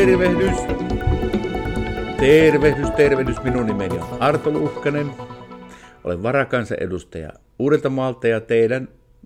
Tervehdys! Tervehdys. Minun nimeni on Arto Luukkanen. Olen varakansanedustaja Uudeltamaalta ja teidän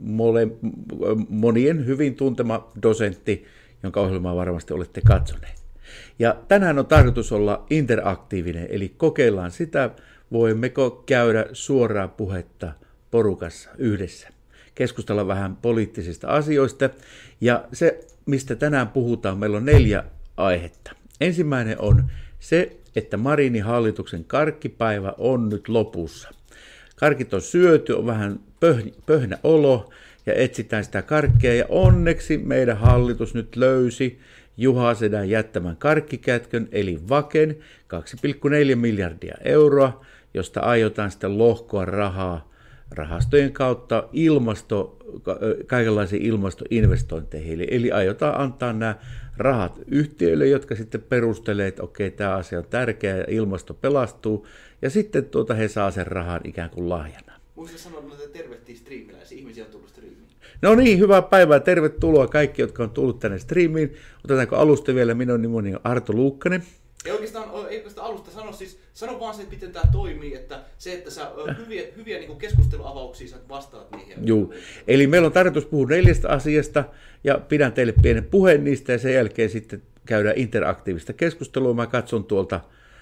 monien hyvin tuntema dosentti, jonka ohjelmaa varmasti olette katsoneet. Ja tänään on tarkoitus olla interaktiivinen, eli kokeillaan sitä, voimmeko käydä suoraa puhetta porukassa yhdessä. Keskustella vähän poliittisista asioista. Ja se, mistä tänään puhutaan, meillä on 4 aihetta. Ensimmäinen on se, että Marinin hallituksen karkkipäivä on nyt lopussa. Karkit on syöty, on vähän pöhnä olo ja etsitään sitä karkkia. Ja onneksi meidän hallitus nyt löysi Juha Sedän jättämän karkkikätkön eli Vaken 2,4 miljardia euroa, josta aiotaan sitten lohkoa rahaa rahastojen kautta kaikenlaisiin ilmastoinvestointeihin. Eli aiotaan antaa nämä rahat yhtiöille, jotka sitten perustelee, että okei, tämä asia on tärkeä ja ilmasto pelastuu, ja sitten he saa sen rahan ikään kuin lahjana. Muista sanoa, että tervehtii striimiläisiä, ihmisiä on tullut striimiin. No niin, hyvää päivää, tervetuloa kaikki, jotka on tullut tänne striimiin. Otetaanko alusta vielä, minun nimeni on Arto Luukkanen. Ei oikeastaan alusta sano vaan se, että miten tämä toimii, että sä hyviä niin keskusteluavauksia sä vastaat niihin. Joo, eli meillä on tarkoitus puhua 4 asiasta ja pidän teille pienen puheen niistä ja sen jälkeen sitten käydään interaktiivista keskustelua. Mä katson tuolta,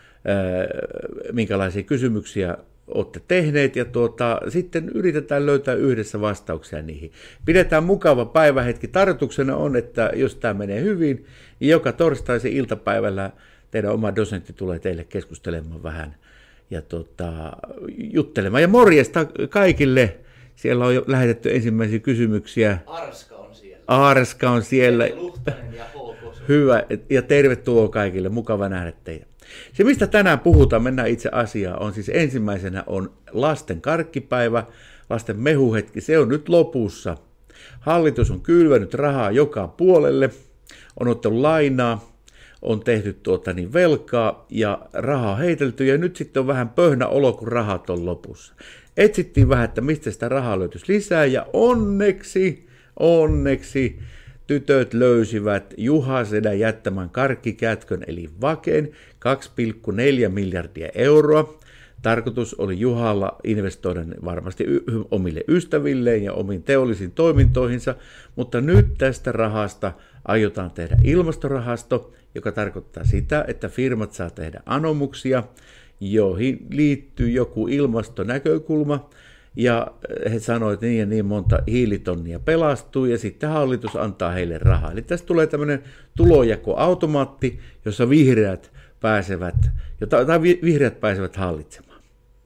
minkälaisia kysymyksiä olette tehneet ja sitten yritetään löytää yhdessä vastauksia niihin. Pidetään mukava päivähetki. Tarkoituksena on, että jos tämä menee hyvin, niin joka torstaisin iltapäivällä teidän oma dosentti tulee teille keskustelemaan vähän ja juttelemaan. Ja morjesta kaikille. Siellä on jo lähetetty ensimmäisiä kysymyksiä. Arska on siellä. Luhtanen ja HK. Hyvä ja tervetuloa kaikille. Mukava nähdä teitä. Se, mistä tänään puhutaan, mennään itse asiaan, on siis ensimmäisenä on lasten karkkipäivä, lasten mehuhetki. Se on nyt lopussa. Hallitus on kylvänyt rahaa joka puolelle, on ottanut lainaa. On tehty velkaa ja rahaa heitelty ja nyt sitten on vähän pöhnä olo, kun rahat on lopussa. Etsittiin vähän, että mistä sitä rahaa löytyisi lisää ja onneksi tytöt löysivät Juha Sedän jättämän karkkikätkön eli Vaken 2,4 miljardia euroa. Tarkoitus oli Juhalla investoida varmasti omille ystävilleen ja omiin teollisiin toimintoihinsa, mutta nyt tästä rahasta aiotaan tehdä ilmastorahasto, joka tarkoittaa sitä, että firmat saa tehdä anomuksia, joihin liittyy joku ilmastonäkökulma, ja he sanoivat, että niin ja niin monta hiilitonnia pelastuu, ja sitten hallitus antaa heille rahaa. Eli tästä tulee tämmöinen tulonjakoautomaatti, jossa vihreät pääsevät hallitsemaan.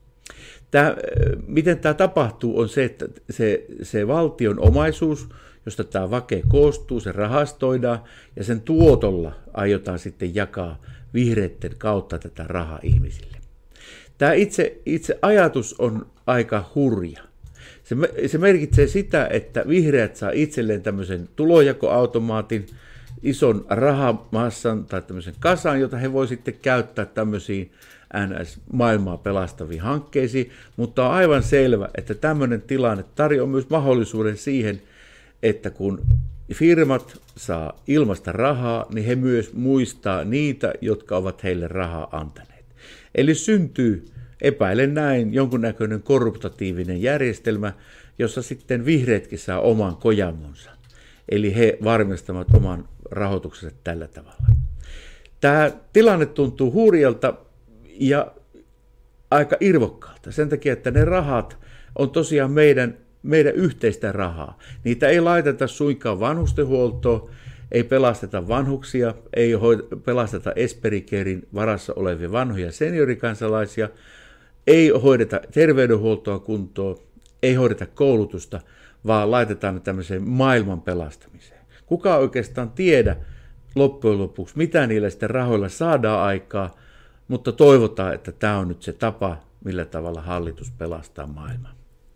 Miten tämä tapahtuu, on se, että se valtion omaisuus, josta tämä Vake koostuu, se rahastoidaan ja sen tuotolla aiotaan sitten jakaa vihreiden kautta tätä rahaa ihmisille. Tämä itse ajatus on aika hurja. Se merkitsee sitä, että vihreät saa itselleen tämmöisen tulonjakoautomaatin, ison rahamassan tai tämmöisen kasan, jota he voi sitten käyttää tämmöisiin NS-maailmaa pelastaviin hankkeisiin, mutta on aivan selvä, että tämmöinen tilanne tarjoaa myös mahdollisuuden siihen, että kun firmat saa ilmasta rahaa, niin he myös muistaa niitä, jotka ovat heille rahaa antaneet. Eli syntyy, epäilen näin, jonkunnäköinen korruptatiivinen järjestelmä, jossa sitten vihreätkin saa oman kojamonsa. Eli he varmistavat oman rahoituksensa tällä tavalla. Tämä tilanne tuntuu hurjalta ja aika irvokkaalta sen takia, että ne rahat on tosiaan meidän yhteistä rahaa. Niitä ei laiteta suinkaan vanhustenhuoltoon, ei pelasteta vanhuksia, ei pelasteta Esperikerin varassa olevia vanhoja seniorikansalaisia, ei hoideta terveydenhuoltoa kuntoon, ei hoideta koulutusta, vaan laitetaan ne tämmöiseen maailman pelastamiseen. Kuka oikeastaan tiedä loppujen lopuksi, mitä niillä sitten rahoilla saadaan aikaa, mutta toivotaan, että tämä on nyt se tapa, millä tavalla hallitus pelastaa maailman.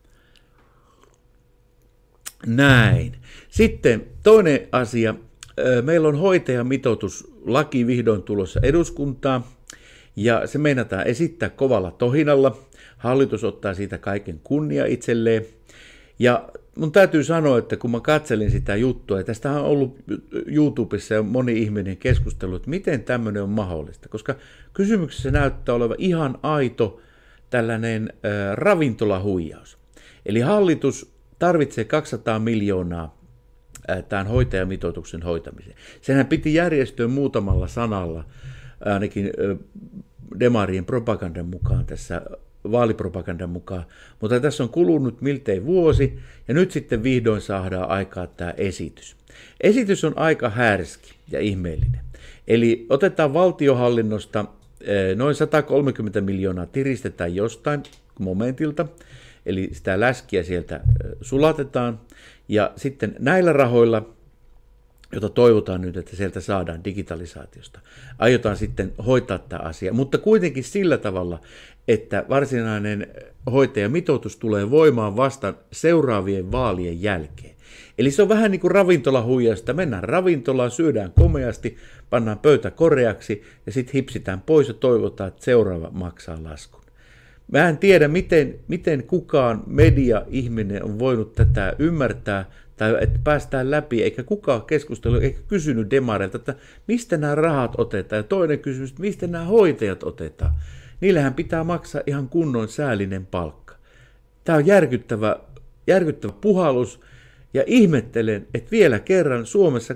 Näin. Sitten toinen asia. Meillä on hoitajamitoituslaki vihdoin tulossa eduskuntaan ja se meinataan esittää kovalla tohinalla. Hallitus ottaa siitä kaiken kunnia itselleen. Ja mun täytyy sanoa, että kun mä katselin sitä juttua, ja tästä on ollut YouTubessa ja moni ihminen keskustellut, että miten tämmöinen on mahdollista, koska kysymyksessä näyttää olevan ihan aito tällainen ravintolahuijaus. Eli hallitus tarvitsee 200 miljoonaa tämän hoitajamitoituksen hoitamiseen. Sehän piti järjestöä muutamalla sanalla, ainakin demarien propagandan mukaan, tässä vaalipropagandan mukaan, mutta tässä on kulunut miltei vuosi, ja nyt sitten vihdoin saadaan aikaa tämä esitys. Esitys on aika härski ja ihmeellinen. Eli otetaan valtionhallinnosta noin 130 miljoonaa tiristetään jostain momentilta, eli sitä läskiä sieltä sulatetaan, ja sitten näillä rahoilla, jota toivotaan nyt, että sieltä saadaan digitalisaatiosta, aiotaan sitten hoitaa tämä asia, mutta kuitenkin sillä tavalla, että varsinainen hoitajamitoitus tulee voimaan vasta seuraavien vaalien jälkeen. Eli se on vähän niin kuin ravintolahuijasta. Mennään ravintolaan, syödään komeasti, pannaan pöytä koreaksi ja sitten hipsitään pois ja toivotaan, että seuraava maksaa laskun. Mä en tiedä, miten kukaan media-ihminen on voinut tätä ymmärtää tai että päästään läpi, eikä kukaan keskustelu, eikä kysynyt demareilta, että mistä nämä rahat otetaan. Ja toinen kysymys, että mistä nämä hoitajat otetaan. Niillähän pitää maksaa ihan kunnon säällinen palkka. Tämä on järkyttävä puhallus, ja ihmettelen, että vielä kerran Suomessa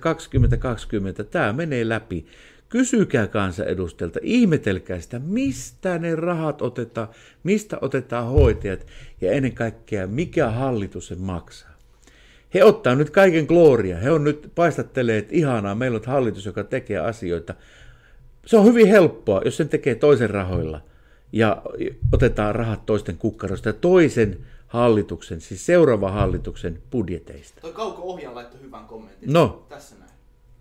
2020 tämä menee läpi. Kysykää kansanedustajilta, ihmetelkää sitä, mistä ne rahat otetaan, mistä otetaan hoitajat, ja ennen kaikkea, mikä hallitus sen maksaa. He ottaa nyt kaiken gloria, he on nyt paistattelee, että ihanaa, meillä on hallitus, joka tekee asioita. Se on hyvin helppoa, jos sen tekee toisen rahoilla, ja otetaan rahat toisten kukkarosta ja toisen hallituksen, siis seuraavan hallituksen budjeteista. Toi Kauko Ohjan laittoi hyvän kommentin. No. Tässä näin.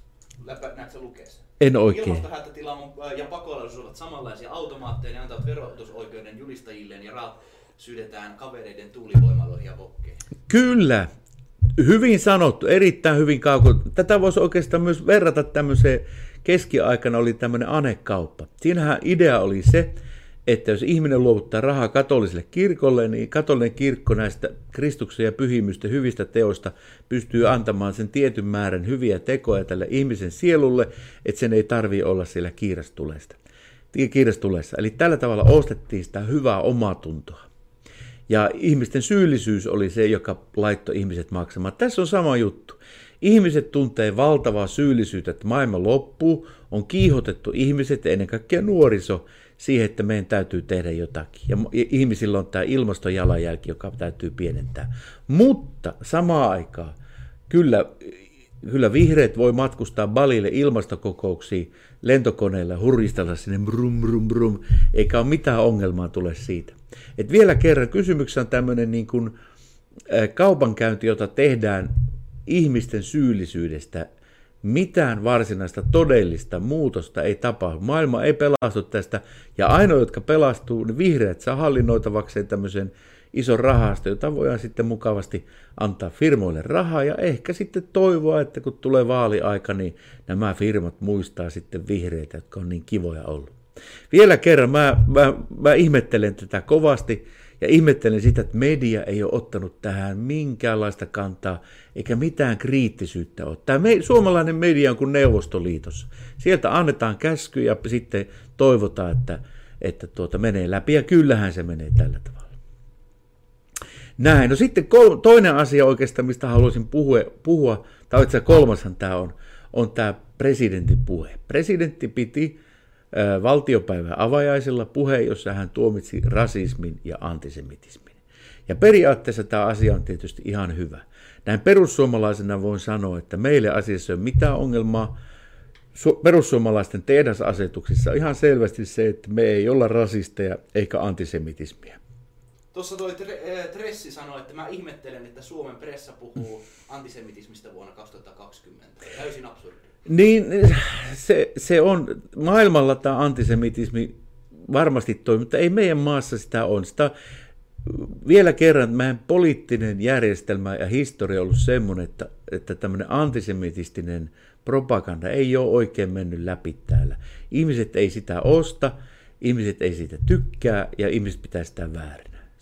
Näetkö sä lukea sen? En oikein. Ilmastohätätila ja pakolaisuus ovat samanlaisia automaatteja, ne antavat verotusoikeuden julistajilleen ja rahat syydetään kavereiden tuulivoimaloihin ja vokkeihin. Kyllä. Hyvin sanottu, erittäin hyvin Kauko. Tätä voisi oikeastaan myös verrata tämmöiseen, keskiaikana oli tämmöinen anekauppa. Siinähän idea oli se, että jos ihminen luovuttaa rahaa katoliselle kirkolle, niin katolinen kirkko näistä Kristuksen ja pyhimysten hyvistä teoista pystyy antamaan sen tietyn määrän hyviä tekoja tälle ihmisen sielulle, että sen ei tarvitse olla siellä kiirastulessa. Eli tällä tavalla ostettiin sitä hyvää omatuntoa. Ja ihmisten syyllisyys oli se, joka laittoi ihmiset maksamaan. Tässä on sama juttu. Ihmiset tuntee valtavaa syyllisyyttä, että maailma loppuu, on kiihotettu ihmiset ja ennen kaikkea nuoriso siihen, että meidän täytyy tehdä jotakin. Ja ihmisillä on tämä ilmastojalanjälki, joka täytyy pienentää. Mutta samaan aikaan kyllä vihreät voi matkustaa Balille ilmastokokouksiin lentokoneella, huristella sinne brum brum brum, eikä ole mitään ongelmaa tule siitä. Et vielä kerran kysymyksessä on tämmöinen niin kuin kaupankäynti, jota tehdään ihmisten syyllisyydestä. Mitään varsinaista todellista muutosta ei tapahdu. Maailma ei pelastu tästä, ja ainoa, jotka pelastuu, niin vihreät saa hallinnoitavakseen tämmöisen ison rahaston, jota voidaan sitten mukavasti antaa firmoille rahaa, ja ehkä sitten toivoa, että kun tulee vaaliaika, niin nämä firmat muistaa sitten vihreitä, jotka on niin kivoja ollut. Vielä kerran, mä ihmettelen tätä kovasti, ja ihmettelen sitä, että media ei ole ottanut tähän minkäänlaista kantaa, eikä mitään kriittisyyttä ole. Tämä suomalainen media on kuin Neuvostoliitossa. Sieltä annetaan käsky ja sitten toivotaan, että menee läpi, ja kyllähän se menee tällä tavalla. Näin, no sitten toinen asia oikeastaan, mistä haluaisin puhua tai itse asiassa kolmashan tämä on tämä presidentin puhe. Presidentti piti valtiopäivän avajaisilla puheen, jossa hän tuomitsi rasismin ja antisemitismin. Ja periaatteessa tämä asia on tietysti ihan hyvä. Näin perussuomalaisena voin sanoa, että meille asiassa ei ole mitään ongelmaa. Perussuomalaisten tehdasasetuksissa on ihan selvästi se, että me ei olla rasisteja eikä antisemitismiä. Tuossa toi Tressi sanoi, että mä ihmettelen, että Suomen pressa puhuu antisemitismistä vuonna 2020. Täysin absurdi. Niin, se on, maailmalla tämä antisemitismi varmasti toimii, mutta ei meidän maassa sitä ole. Sitä, vielä kerran, meidän poliittinen järjestelmä ja historia on ollut semmoinen, että tämmöinen antisemitistinen propaganda ei ole oikein mennyt läpi täällä. Ihmiset ei sitä osta, ihmiset ei siitä tykkää ja ihmiset pitää sitä väärinä.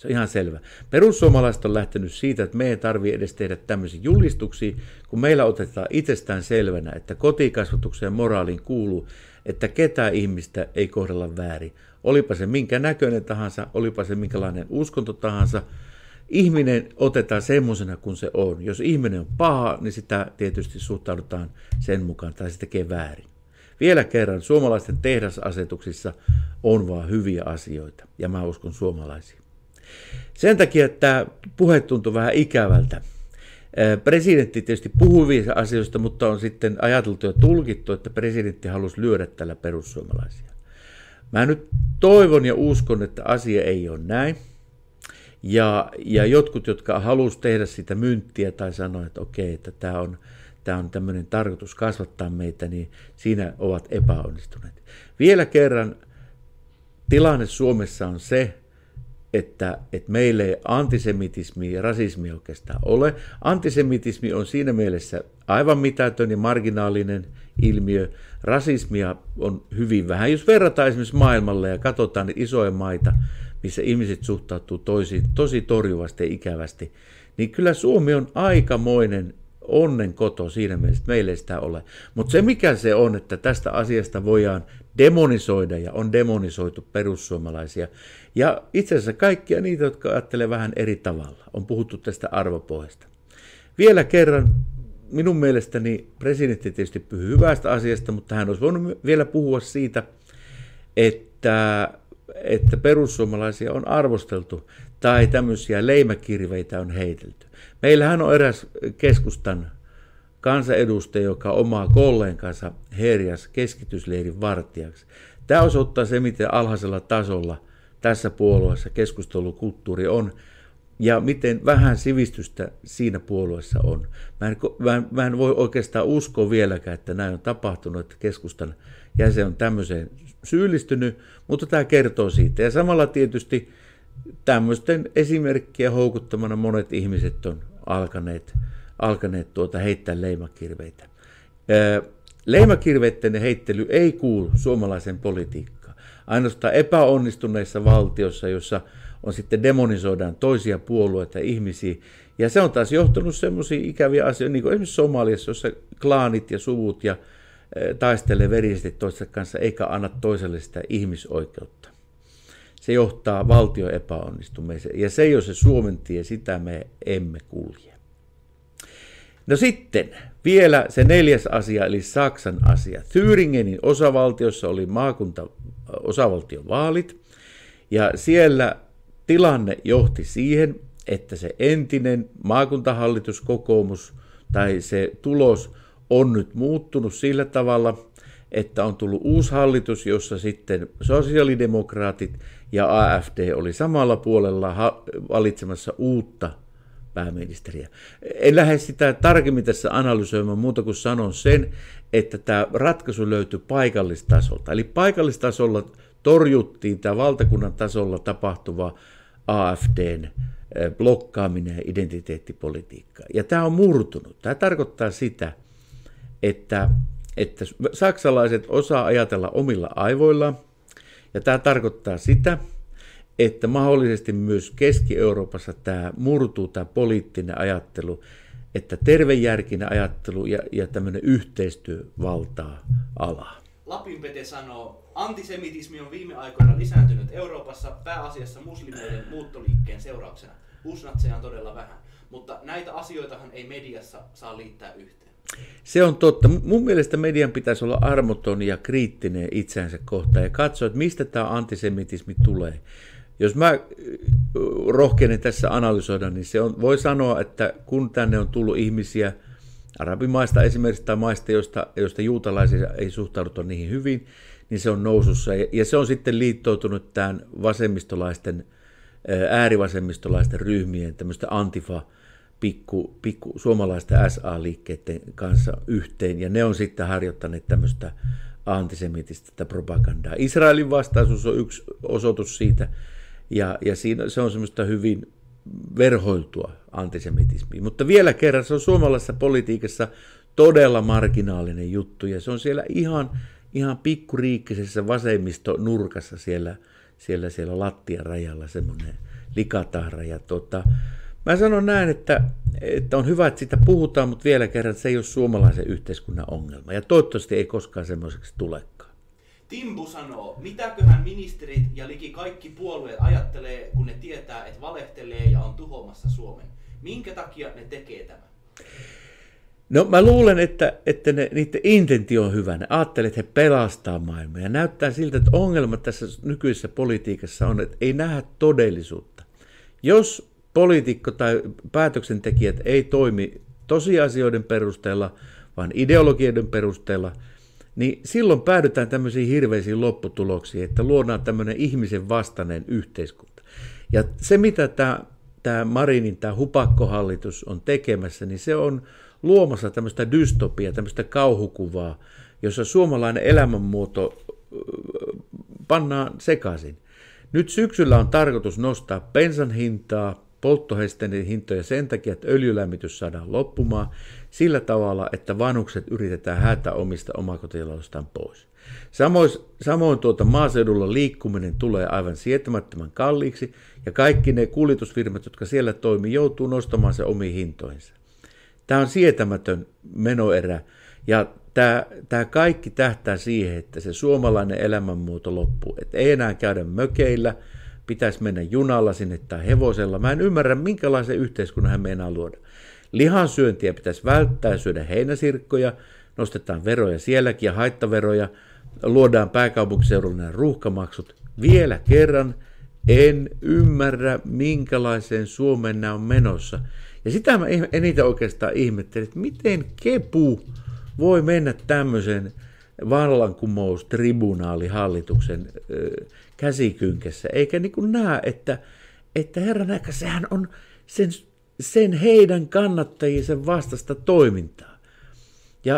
Se on ihan selvä. Perussuomalaiset on lähtenyt siitä, että me ei tarvitse edes tehdä tämmöisiä julistuksia, kun meillä otetaan itsestään selvänä, että kotikasvatukseen ja moraaliin kuuluu, että ketään ihmistä ei kohdella väärin. Olipa se minkä näköinen tahansa, olipa se minkälainen uskonto tahansa, ihminen otetaan semmoisena kuin se on. Jos ihminen on paha, niin sitä tietysti suhtaudutaan sen mukaan tai se tekee väärin. Vielä kerran, suomalaisten tehdasasetuksissa on vaan hyviä asioita, ja mä uskon suomalaisiin. Sen takia, että tämä puhe tuntui vähän ikävältä. Presidentti tietysti puhui hyviä asioista, mutta on sitten ajateltu ja tulkittu, että presidentti halusi lyödä tällä perussuomalaisia. Mä nyt toivon ja uskon, että asia ei ole näin. Ja jotkut, jotka halusivat tehdä sitä mynttiä tai sanoa, että okei, että tämä on tämmöinen tarkoitus kasvattaa meitä, niin siinä ovat epäonnistuneet. Vielä kerran tilanne Suomessa on se, että meillä ei antisemitismia ja rasismia oikeastaan ole. Antisemitismi on siinä mielessä aivan mitätön ja marginaalinen ilmiö. Rasismia on hyvin vähän. Jos verrataan esimerkiksi maailmalle ja katsotaan niitä isoja maita, missä ihmiset suhtautuu tosi torjuvasti ja ikävästi, niin kyllä Suomi on aikamoinen onnenkoto siinä mielessä, että meillä ei sitä ole. Mutta se mikä se on, että tästä asiasta voidaan demonisoida ja on demonisoitu perussuomalaisia. Ja itse asiassa kaikkia niitä, jotka ajattelee vähän eri tavalla. On puhuttu tästä arvopohjasta. Vielä kerran, minun mielestäni presidentti tietysti puhui hyvästä asiasta, mutta hän olisi voinut vielä puhua siitä, että perussuomalaisia on arvosteltu tai tämmöisiä leimäkirveitä on heitelty. Meillähän on eräs keskustan kansanedustaja, joka omaa kollegansa herjas keskitysleirin vartijaksi. Tämä osoittaa se, miten alhaisella tasolla tässä puolueessa keskustelukulttuuri on ja miten vähän sivistystä siinä puolueessa on. Mä en voi oikeastaan uskoa vieläkään, että näin on tapahtunut, että keskustan jäsen on tämmöiseen syyllistynyt, mutta tämä kertoo siitä. Ja samalla tietysti tämmöisten esimerkkiä houkuttamana monet ihmiset on alkaneet heittää leimakirveitä. Leimakirveiden heittely ei kuulu suomalaisen politiikkaan. Ainoastaan epäonnistuneissa valtiossa, jossa on sitten demonisoidaan toisia puolueita ja ihmisiä. Ja se on taas johtanut semmoisia ikäviä asioita, niin kuin esimerkiksi Somaliassa, jossa klaanit ja suvut ja taistelee verisesti toistensa kanssa, eikä anna toiselle sitä ihmisoikeutta. Se johtaa valtion epäonnistumiseen. Ja se ei ole se Suomen tie, sitä me emme kulje. No sitten vielä se 4. asia, eli Saksan asia. Thüringenin osavaltiossa oli osavaltiovaalit, ja siellä tilanne johti siihen, että se entinen maakuntahallituskokoomus tai se tulos on nyt muuttunut sillä tavalla, että on tullut uusi hallitus, jossa sitten sosiaalidemokraatit ja AfD oli samalla puolella valitsemassa uutta pääministeriä. En lähde sitä tarkemmin tässä analysoimaan muuta kuin sanon sen, että tämä ratkaisu löytyi paikallistasolta. Eli paikallistasolla torjuttiin tämä valtakunnan tasolla tapahtuva AfDn blokkaaminen ja identiteettipolitiikka. Ja tämä on murtunut. Tämä tarkoittaa sitä, että saksalaiset osaa ajatella omilla aivoillaan, ja tämä tarkoittaa sitä, että mahdollisesti myös Keski-Euroopassa tämä murtuu, tämä poliittinen ajattelu, että tervejärkinen ajattelu ja tämmöinen yhteistyö valtaa alaa. Lapinpete sanoo, antisemitismi on viime aikoina lisääntynyt Euroopassa pääasiassa muslimeiden muuttoliikkeen seurauksena. Uusnatseja on todella vähän, mutta näitä asioitahan ei mediassa saa liittää yhteen. Se on totta. Mun mielestä median pitäisi olla armoton ja kriittinen itseänsä kohtaan ja katsoa, että mistä tämä antisemitismi tulee. Jos mä rohkenen tässä analysoida, niin voi sanoa, että kun tänne on tullut ihmisiä arabimaista esimerkiksi tai maista, joista juutalaisia ei suhtauduta niihin hyvin, niin se on nousussa. Ja se on sitten liittoutunut tämän äärivasemmistolaisten ryhmien, tämmöistä pikku suomalaisten SA-liikkeiden kanssa yhteen, ja ne on sitten harjoittaneet tämmöistä antisemitistä propagandaa. Israelin vastaisuus on yksi osoitus siitä, ja siinä se on semmoista hyvin verhoiltua antisemitismiä. Mutta vielä kerran se on suomalaisessa politiikassa todella marginaalinen juttu, ja se on siellä ihan pikkuriikkisessä vasemmistonurkassa siellä lattian rajalla semmoinen likatahra. Ja mä sanon näin, että on hyvä, että siitä puhutaan, mutta vielä kerran se ei ole suomalaisen yhteiskunnan ongelma. Ja toivottavasti ei koskaan semmoiseksi tulekaan. Timbu sanoo, mitäköhän ministerit ja liki kaikki puolueet ajattelee, kun ne tietää, että valehtelee ja on tuhoamassa Suomen. Minkä takia ne tekee tämän? No mä luulen, että niiden intentio on hyvä. Ne ajattelee, että he pelastaa maailmaa. Ja näyttää siltä, että ongelma tässä nykyisessä politiikassa on, että ei nähdä todellisuutta. Jos poliitikko tai päätöksentekijät ei toimi tosiasioiden perusteella, vaan ideologioiden perusteella, niin silloin päädytään tämmöisiin hirveisiin lopputuloksiin, että luodaan tämmöinen ihmisen vastainen yhteiskunta. Ja se, mitä tämä Marinin, tämä hupakkohallitus on tekemässä, niin se on luomassa tämmöistä dystopiaa, tämmöistä kauhukuvaa, jossa suomalainen elämänmuoto pannaan sekaisin. Nyt syksyllä on tarkoitus nostaa bensan hintaa, polttoaineiden hintoja sen takia, että öljylämmitys saadaan loppumaan sillä tavalla, että vanhukset yritetään häätää omista omakotitaloistaan pois. Samoin maaseudulla liikkuminen tulee aivan sietämättömän kalliiksi ja kaikki ne kuljetusfirmat, jotka siellä toimii, joutuu nostamaan se omiin hintoinsa. Tämä on sietämätön menoerä ja tämä kaikki tähtää siihen, että se suomalainen elämänmuoto loppuu. Että ei enää käydä mökeillä, pitäisi mennä junalla sinne tai hevosella. Mä en ymmärrä, minkälaisen yhteiskunnan hän meinaa luoda. Lihansyöntiä pitäisi välttää, syödä heinäsirkkoja, nostetaan veroja sielläkin ja haittaveroja, luodaan pääkaupunkiseudulla nämä ruuhkamaksut. Vielä kerran en ymmärrä, minkälaiseen Suomeen nämä on menossa. Ja sitä mä eniten oikeastaan ihmettelin, että miten kepu voi mennä tämmöisen vallankumoustribunaalihallituksen käsikynkässä, eikä niin kuin näe, että herran aika, sehän on sen heidän kannattajien vastaista toimintaa. Ja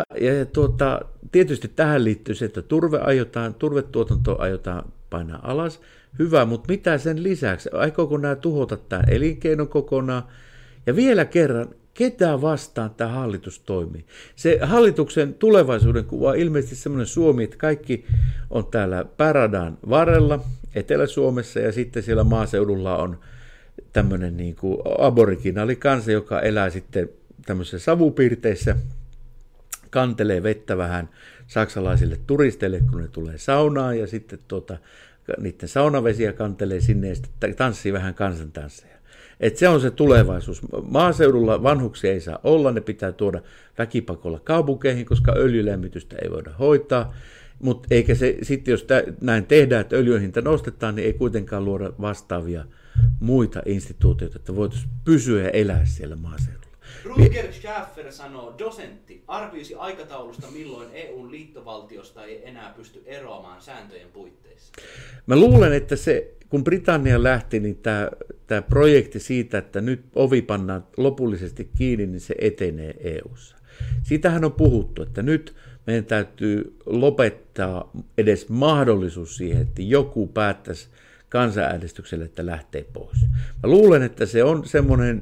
tietysti tähän liittyy se, että turvetuotanto aiotaan painaa alas. Hyvä, mutta mitä sen lisäksi? Aikooko nämä tuhota tämän elinkeinon kokonaan? Ja vielä kerran, ketä vastaan tämä hallitus toimii? Se hallituksen tulevaisuuden kuva on ilmeisesti semmoinen Suomi, että kaikki on täällä pääradan varrella, Etelä-Suomessa, ja sitten siellä maaseudulla on tämmöinen niin kuin aboriginaalikansa, joka elää sitten tämmöisissä savupiirteissä, kantelee vettä vähän saksalaisille turisteille, kun ne tulee saunaan, ja sitten niiden saunavesiä kantelee sinne, ja sitten tanssii vähän kansantansseja. Että se on se tulevaisuus. Maaseudulla vanhuksia ei saa olla, ne pitää tuoda väkipakolla kaupunkeihin, koska öljylämmitystä ei voida hoitaa. Mutta eikä se sitten, jos näin tehdään, että öljyn hinta nostetaan, niin ei kuitenkaan luoda vastaavia muita instituutioita, että voitaisiin pysyä ja elää siellä maaseudulla. Rutger Schäfer sanoo, dosentti, arvioisi aikataulusta, milloin EUn liittovaltiosta ei enää pysty eroamaan sääntöjen puitteissa. Mä luulen, että kun Britannia lähti, niin tämä projekti siitä, että nyt ovi pannaan lopullisesti kiinni, niin se etenee EU:ssa. Siitähän on puhuttu, että nyt meidän täytyy lopettaa edes mahdollisuus siihen, että joku päättäisi kansanäänestykselle, että lähtee pois. Mä luulen, että se on semmoinen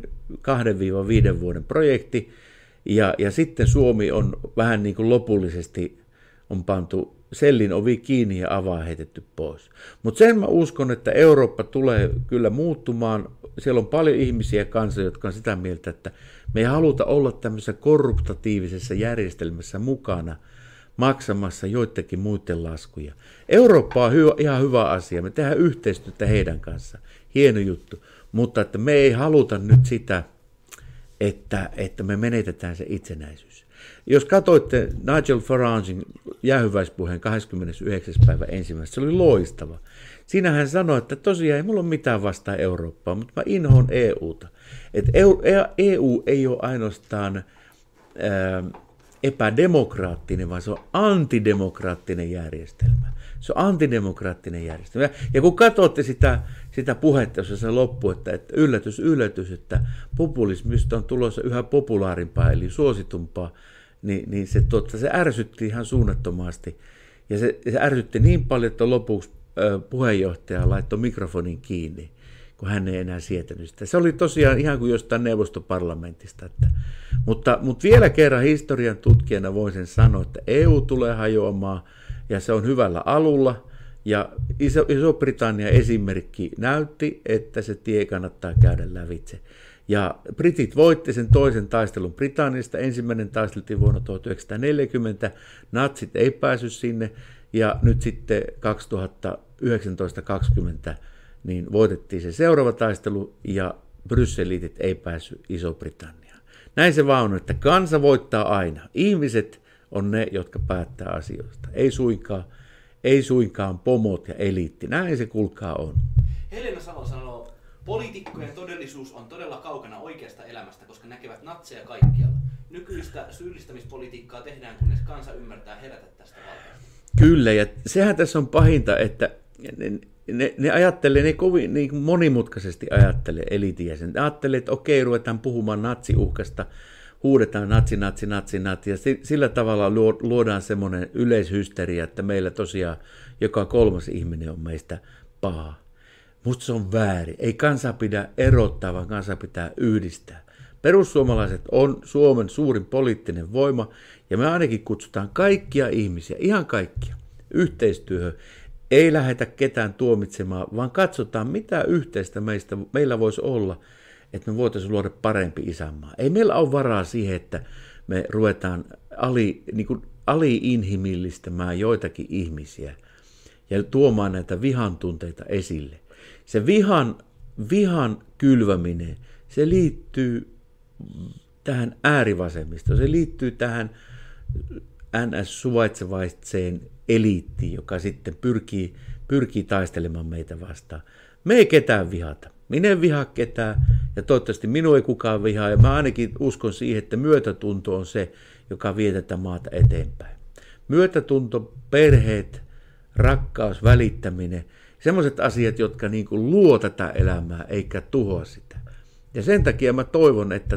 2-5 vuoden projekti, ja sitten Suomi on vähän niin kuin lopullisesti on pantu sellin ovi kiinni ja avaa heitetty pois. Mutta sen mä uskon, että Eurooppa tulee kyllä muuttumaan. Siellä on paljon ihmisiä kanssa, jotka on sitä mieltä, että me ei haluta olla tämmöisessä korruptatiivisessa järjestelmässä mukana maksamassa joidenkin muiden laskuja. Eurooppa on ihan hyvä asia. Me tehdään yhteistyötä heidän kanssa. Hieno juttu. Mutta että me ei haluta nyt sitä, että me menetetään se itsenäisyys. Jos katsoitte Nigel Faragen jäähyväispuheen 29.1. se oli loistava. Siinä hän sanoi, että tosiaan ei mulla ole mitään vastaan Eurooppaa, mutta mä inhoon EUta. Että EU ei ole ainoastaan epädemokraattinen, vaan se on antidemokraattinen järjestelmä. Se on antidemokraattinen järjestelmä. Ja kun katsotte sitä puhetta, jossa se loppuu, että yllätys, että populismista on tulossa yhä populaarimpaa, eli suositumpaa, niin se ärsytti ihan suunnattomasti. Ja se ärsytti niin paljon, että lopuksi puheenjohtaja laittoi mikrofonin kiinni, kun hän ei enää sietänyt sitä. Se oli tosiaan ihan kuin jostain neuvostoparlamentista. Mutta vielä kerran historian tutkijana voisin sanoa, että EU tulee hajoamaan ja se on hyvällä alulla. Ja Iso-Britannian esimerkki näytti, että se tie kannattaa käydä lävitse. Ja britit voitti sen toisen taistelun Britanniasta. Ensimmäinen taisteltiin vuonna 1940. Natsit ei päässyt sinne. Ja nyt sitten 2019-2020 niin voitettiin se seuraava taistelu ja Brysselitit ei päässyt Iso-Britanniaan. Näin se vaan on, että kansa voittaa aina. Ihmiset on ne, jotka päättää asioista. Ei suinkaan pomot ja eliitti. Näin se kuulkaa on. Helena Salo sanoo, poliitikkojen todellisuus on todella kaukana oikeasta elämästä, koska näkevät natseja kaikkialla. Nykyistä syyllistämispolitiikkaa tehdään, kunnes kansa ymmärtää herätä tästä valheesta. Kyllä, ja sehän tässä on pahinta, että ne ajattelee, ne kovin niin monimutkaisesti ajattelee eliitijäsen. Ne ajattelee, että okei, ruvetaan puhumaan natsiuhkasta, huudetaan natsi, ja sillä tavalla luodaan semmoinen yleishysteria, että meillä tosiaan joka kolmas ihminen on meistä paha. Musta se on väärin. Ei kansaa pidä erottaa, vaan kansaa pitää yhdistää. Perussuomalaiset on Suomen suurin poliittinen voima, ja me ainakin kutsutaan kaikkia ihmisiä, ihan kaikkia, yhteistyöhön. Ei lähdetä ketään tuomitsemaan, vaan katsotaan, mitä yhteistä meillä voisi olla, että me voitaisiin luoda parempi isänmaa. Ei meillä ole varaa siihen, että me ruvetaan ali-inhimillistämään joitakin ihmisiä ja tuomaan näitä vihan tunteita esille. Se vihan kylväminen, se liittyy tähän äärivasemmistoon, se liittyy tähän NS-suvaitsevaiseen eliittiin, joka sitten pyrkii taistelemaan meitä vastaan. Me ei ketään vihata. Minä en vihaa ketään, ja toivottavasti minua ei kukaan vihaa, ja mä ainakin uskon siihen, että myötätunto on se, joka vie tätä maata eteenpäin. Myötätunto, perheet, rakkaus, välittäminen, sellaiset asiat, jotka niin kuin luo tätä elämää, eikä tuhoa sitä. Ja sen takia mä toivon, että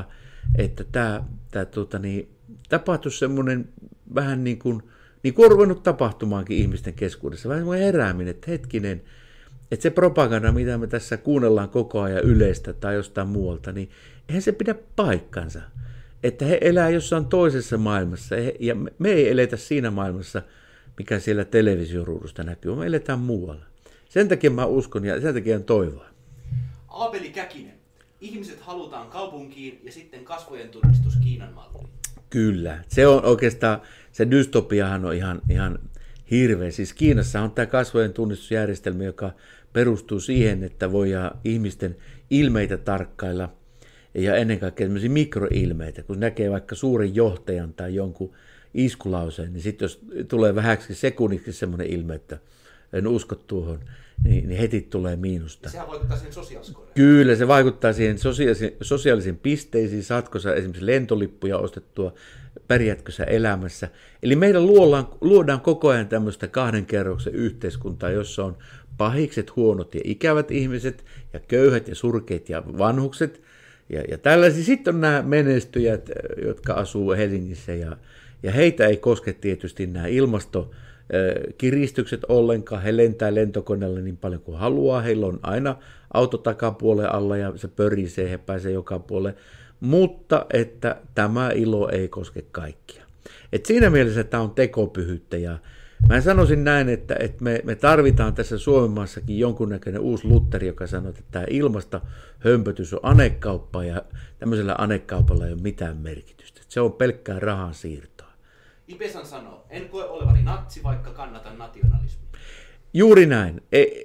tapahtuisi semmoinen vähän niin kuin on ruvennut tapahtumaankin ihmisten keskuudessa, vähän semmoinen herääminen, että hetkinen, että se propaganda, mitä me tässä kuunnellaan koko ajan Ylestä tai jostain muualta, niin eihän se pidä paikkansa. Että he elää jossain toisessa maailmassa, ja me ei eletä siinä maailmassa, mikä siellä televisioruudusta näkyy, me eletään muualla. Sen takia mä uskon ja sen takia toivoa. Aapeli Käkinen. Ihmiset halutaan kaupunkiin ja sitten kasvojen tunnistus Kiinan malliin. Kyllä. Se on oikeastaan, se dystopiahan on ihan hirveä. Siis Kiinassa on tämä kasvojen tunnistusjärjestelmä, joka perustuu siihen, että voidaan ihmisten ilmeitä tarkkailla ja ennen kaikkea tämmöisiä mikroilmeitä. Kun näkee vaikka suuren johtajan tai jonkun iskulauseen, niin sitten jos tulee vähäksi sekunniksi semmoinen ilme, että en usko tuohon, niin heti tulee miinusta. Sehän vaikuttaa siihen sosiaaliskorjaan. Kyllä, se vaikuttaa siihen sosiaalisiin pisteisiin, saatko sä esimerkiksi lentolippuja ostettua, pärjätkö sä elämässä. Eli meillä luodaan koko ajan tämmöistä kahden kerroksen yhteiskuntaa, jossa on pahikset, huonot ja ikävät ihmiset, ja köyhät ja surkeat ja vanhukset, ja tällaisia. Sitten on nämä menestyjät, jotka asuu Helsingissä, ja heitä ei koske tietysti nämä ilmastokiristykset ollenkaan. He lentää lentokoneella niin paljon kuin haluaa. Heillä on aina auto takapuolen alla ja se pörisee, he pääsee joka puolelle. Mutta että tämä ilo ei koske kaikkia. Et siinä mielessä tämä on tekopyhyyttä. Ja mä sanoisin näin, että me tarvitaan tässä Suomen maassakin jonkunnäköinen uusi Lutteri, joka sanoo, että tämä ilmastohömpötys on anekauppa ja tämmöisellä anekaupalla ei ole mitään merkitystä. Se on pelkkää rahan siirtoa. Ipesan sanoo, en koe olevani natsi, vaikka kannatan nationalismia. Juuri näin.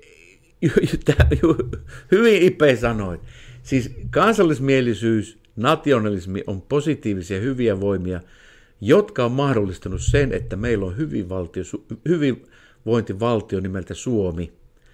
Hyvin Ipe sanoi. Siis kansallismielisyys, nationalismi on positiivisia hyviä voimia, jotka on mahdollistanut sen, että meillä on hyvinvointivaltio nimeltä Suomi.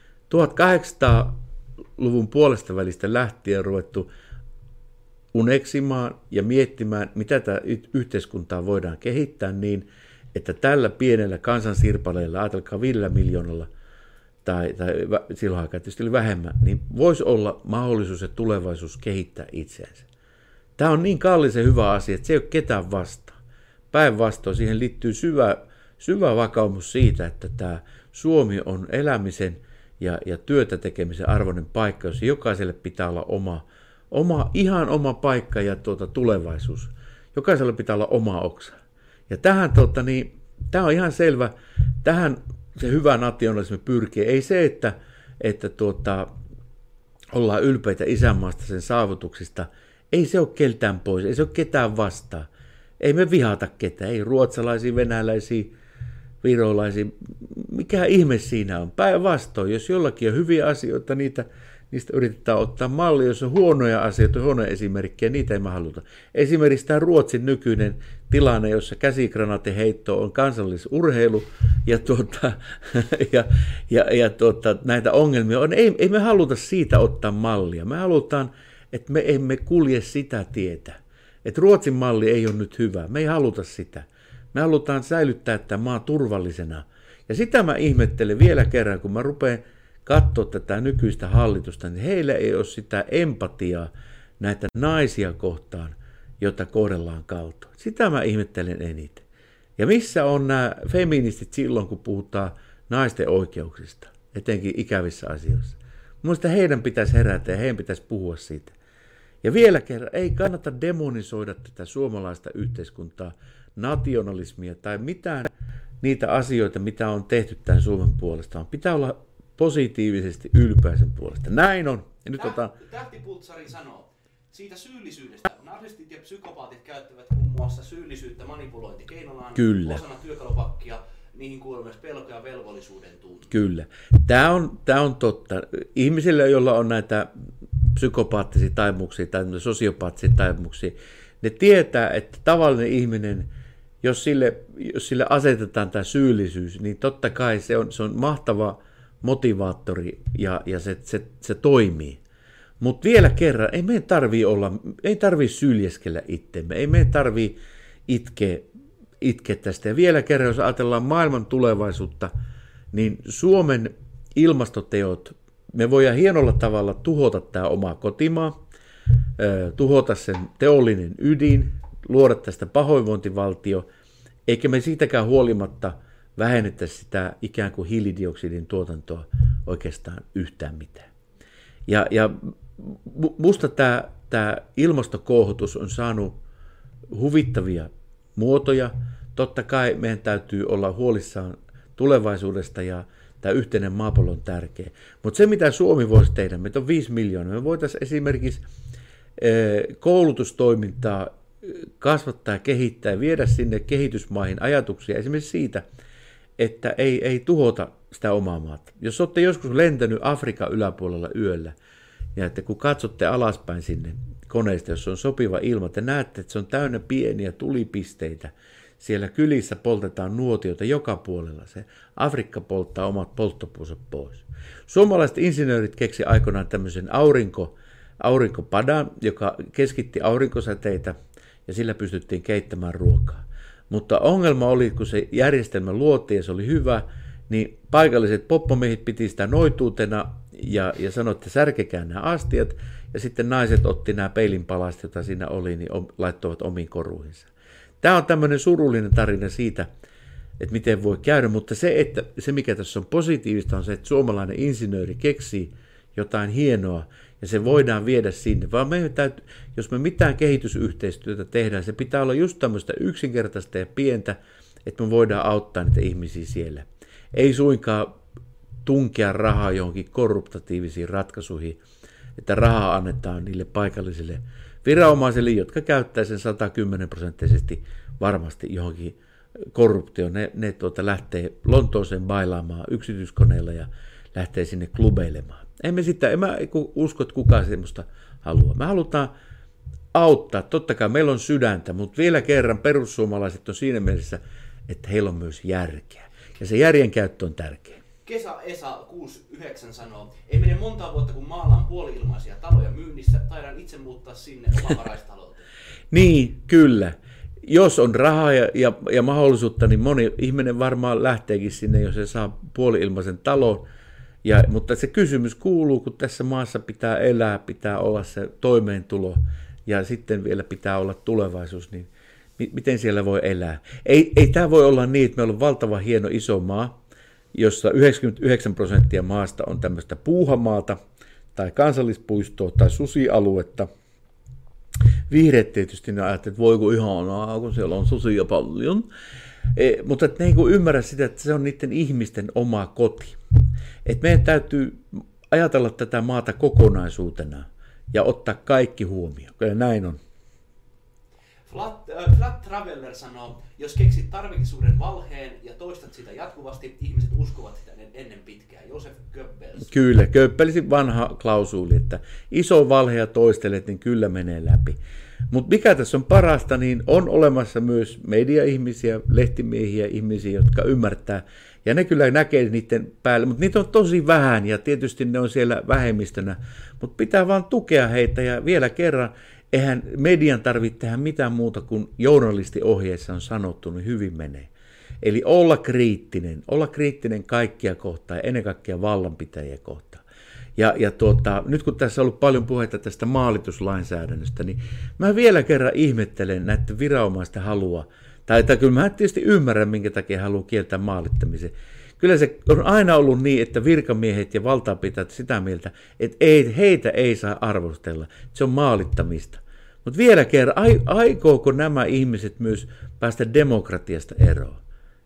1800-luvun puolesta välistä lähtien ruvettu uneksimaan ja miettimään, mitä tämä yhteiskuntaa voidaan kehittää niin, että tällä pienellä kansansirpaleella, ajatelkaa 5 miljoonalla, tai silloin aikaa tietysti oli vähemmän, niin voisi olla mahdollisuus ja tulevaisuus kehittää itseänsä. Tämä on niin kallis ja hyvä asia, että se ei ole ketään vastaan. Päinvastoin siihen liittyy syvä vakaumus siitä, että tämä Suomi on elämisen ja työtä tekemisen arvoinen paikka, jossa jokaiselle pitää olla ihan oma paikka ja tulevaisuus. Jokaisella pitää olla oma oksa. Ja tähän, tämä on ihan selvä, tähän se hyvä nationalismi pyrkii. Ei se, että ollaan ylpeitä isänmaasta sen saavutuksista. Ei se ole keltään pois, ei se ole ketään vastaan. Ei me vihata ketään, ei ruotsalaisia, venäläisiä, virolaisia. Mikä ihme siinä on? Päinvastoin, jos jollakin on hyviä asioita, niistä yritetään ottaa malli. Jos on huonoja asioita, huonoja esimerkkejä, niitä ei me haluta. Esimerkiksi tämä Ruotsin nykyinen tilanne, jossa käsikranaatin heitto on kansallisurheilu ja näitä ongelmia on. Ei me haluta siitä ottaa mallia. Me halutaan, että me emme kulje sitä tietä. Että Ruotsin malli ei ole nyt hyvä. Me ei haluta sitä. Me halutaan säilyttää tämä maa turvallisena. Ja sitä mä ihmettelen vielä kerran, kun mä rupean katsoa tätä nykyistä hallitusta, niin heillä ei ole sitä empatiaa näitä naisia kohtaan, jota kohdellaan kaltoin. Sitä mä ihmettelen eniten. Ja missä on nämä feministit silloin, kun puhutaan naisten oikeuksista, etenkin ikävissä asioissa? Mielestäni heidän pitäisi herätä ja heidän pitäisi puhua siitä. Ja vielä kerran, ei kannata demonisoida tätä suomalaista yhteiskuntaa, nationalismia tai mitään niitä asioita, mitä on tehty tämän Suomen puolesta. Pitää olla positiivisesti ylpeä sen puolesta. Näin on. Ja nyt Tähtipultsari sanoo, siitä syyllisyydestä narsistit ja psykopaatit käyttävät muun muassa syyllisyyttä manipulointikeinonaan osana työkalupakkia, niihin kuuluu myös pelko ja velvollisuuden tunne. Kyllä. Tämä on totta. Ihmisillä, joilla on näitä psykopaattisia taipumuksia tai sosiopaattisia taipumuksia, ne tietää, että tavallinen ihminen, jos sille asetetaan tämä syyllisyys, niin totta kai se on mahtava motivaattori ja se toimii. Mutta vielä kerran, ei meidän tarvitse syljeskellä itsemme, ei meidän tarvitse itkeä tästä. Ja vielä kerran, jos ajatellaan maailman tulevaisuutta, niin Suomen ilmastoteot, me voidaan hienolla tavalla tuhota tämä oma kotimaa, tuhota sen teollinen ydin, luoda tästä pahoinvointivaltio, eikä me siitäkään huolimatta vähennetä sitä ikään kuin hiilidioksidin tuotantoa oikeastaan yhtään mitään. Ja musta tämä ilmastokohotus on saanut huvittavia muotoja. Totta kai meidän täytyy olla huolissaan tulevaisuudesta ja tämä yhteinen maapallo on tärkeä. Mutta se, mitä Suomi voisi tehdä, meitä on 5 miljoonaa, me voitaisiin esimerkiksi koulutustoimintaa kasvattaa ja kehittää ja viedä sinne kehitysmaihin ajatuksia esimerkiksi siitä, että ei tuhota sitä omaa maata. Jos olette joskus lentänyt Afrikan yläpuolella yöllä, ja että kun katsotte alaspäin sinne koneesta, jos on sopiva ilma, te näette, että se on täynnä pieniä tulipisteitä. Siellä kylissä poltetaan nuotioita joka puolella. Se Afrikka polttaa omat polttopuunsa pois. Suomalaiset insinöörit keksi aikoinaan tämmöisen aurinkopadan, joka keskitti aurinkosäteitä, ja sillä pystyttiin keittämään ruokaa. Mutta ongelma oli, kun se järjestelmä luotiin ja se oli hyvä, niin paikalliset poppomiehet piti sitä noituutena ja sanoi, että särkekää nämä astiat, ja sitten naiset otti nämä peilinpalaset, joita siinä oli, niin laittoivat omiin koruihinsa. Tämä on tämmöinen surullinen tarina siitä, että miten voi käydä, mutta se mikä tässä on positiivista on se, että suomalainen insinööri keksii jotain hienoa, ja se voidaan viedä sinne. Vaan jos me mitään kehitysyhteistyötä tehdään, se pitää olla just tämmöistä yksinkertaista ja pientä, että me voidaan auttaa niitä ihmisiä siellä. Ei suinkaan tunkea rahaa johonkin korruptatiivisiin ratkaisuihin, että rahaa annetaan niille paikallisille viranomaisille, jotka käyttää sen 110% varmasti johonkin korruptioon. Ne lähtee Lontooseen bailaamaan yksityiskoneilla ja lähtee sinne klubeilemaan. En mä usko, että kukaan semmoista haluaa. Me halutaan auttaa. Totta kai meillä on sydäntä, mutta vielä kerran perussuomalaiset on siinä mielessä, että heillä on myös järkeä. Ja se järjen käyttö on tärkeä. Kesä Esa 69 sanoo, ei mene montaa vuotta, kun maalla on puoli-ilmaisia taloja myynnissä, taidaan itse muuttaa sinne omavaraistalouteen. Niin, kyllä. Jos on rahaa ja mahdollisuutta, niin moni ihminen varmaan lähteekin sinne, jos se saa puoli-ilmaisen talon. Mutta se kysymys kuuluu, kun tässä maassa pitää elää, pitää olla se toimeentulo ja sitten vielä pitää olla tulevaisuus, niin miten siellä voi elää? Ei tämä voi olla niin, että meillä on valtava hieno iso maa, jossa 99% maasta on tämmöistä puuhamaata tai kansallispuistoa tai susialuetta. Vihreät tietysti ne ajattelevat, että voiko ihanaa, kun siellä on susia paljon. Mutta et ne ei ymmärrä sitä, että se on niiden ihmisten oma koti. Et meidän täytyy ajatella tätä maata kokonaisuutena ja ottaa kaikki huomioon. Kyllä näin on. Flat Traveller sanoo, jos keksit tarpeeksi suuren valheen ja toistat sitä jatkuvasti, ihmiset uskovat sitä ennen pitkään. Josef Goebbels. Kyllä, Goebbelsin vanha klausuuli, että iso valhe ja toistelet, niin kyllä menee läpi. Mutta mikä tässä on parasta, niin on olemassa myös media-ihmisiä, lehtimiehiä, ihmisiä, jotka ymmärtää, ja ne kyllä näkee niiden päälle, mutta niitä on tosi vähän, ja tietysti ne on siellä vähemmistönä, mutta pitää vaan tukea heitä, ja vielä kerran, eihän median tarvitse tehdä mitään muuta kuin journalistiohjeissa on sanottu, niin hyvin menee. Eli olla kriittinen kaikkia kohtaan, ja ennen kaikkea vallanpitäjiä kohtaan. Ja nyt kun tässä on ollut paljon puhetta tästä maalituslainsäädännöstä, niin mä vielä kerran ihmettelen näiden viranomaisten halua, tai kyllä mä tietysti ymmärrän, minkä takia haluaa kieltää maalittamisen. Kyllä se on aina ollut niin, että virkamiehet ja valtapitäjät sitä mieltä, että heitä ei saa arvostella, se on maalittamista. Mutta vielä kerran, aikooko nämä ihmiset myös päästä demokratiasta eroon?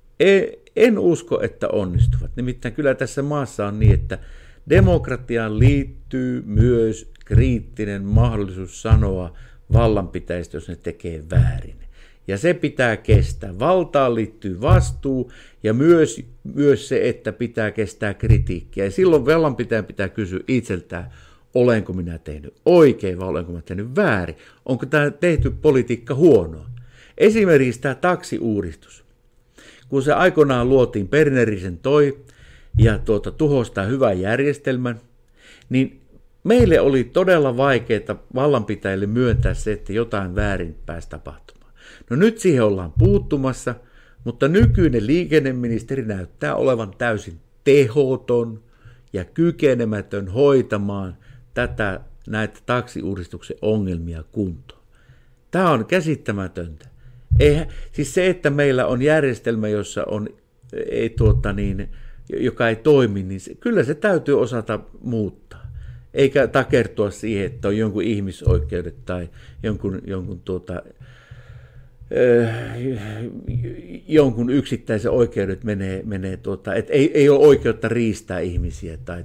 En usko, että onnistuvat. Nimittäin kyllä tässä maassa on niin, että demokratiaan liittyy myös kriittinen mahdollisuus sanoa vallanpitäjistä, jos ne tekee väärin. Ja se pitää kestää. Valtaan liittyy vastuu ja myös se, että pitää kestää kritiikkiä. Ja silloin vallanpitäjän pitää kysyä itseltään, olenko minä tehnyt oikein vai olenko minä tehnyt väärin. Onko tämä tehty politiikka huonoa? Esimerkiksi tämä taksiuudistus. Kun se aikoinaan luotiin, Bernerisen toi ja tuhosi tämän hyvän järjestelmän, niin meille oli todella vaikeaa vallanpitäjille myöntää se, että jotain väärin pääsi tapahtumaan. No nyt siihen ollaan puuttumassa, mutta nykyinen liikenneministeri näyttää olevan täysin tehoton ja kykenemätön hoitamaan näitä taksiuudistuksen ongelmia kuntoon. Tämä on käsittämätöntä. Siis se, että meillä on järjestelmä, jossa on, joka ei toimi, niin kyllä se täytyy osata muuttaa. Eikä takertua siihen, että on jonkun ihmisoikeudet tai jonkun yksittäisen oikeudet menee että ei ole oikeutta riistää ihmisiä tai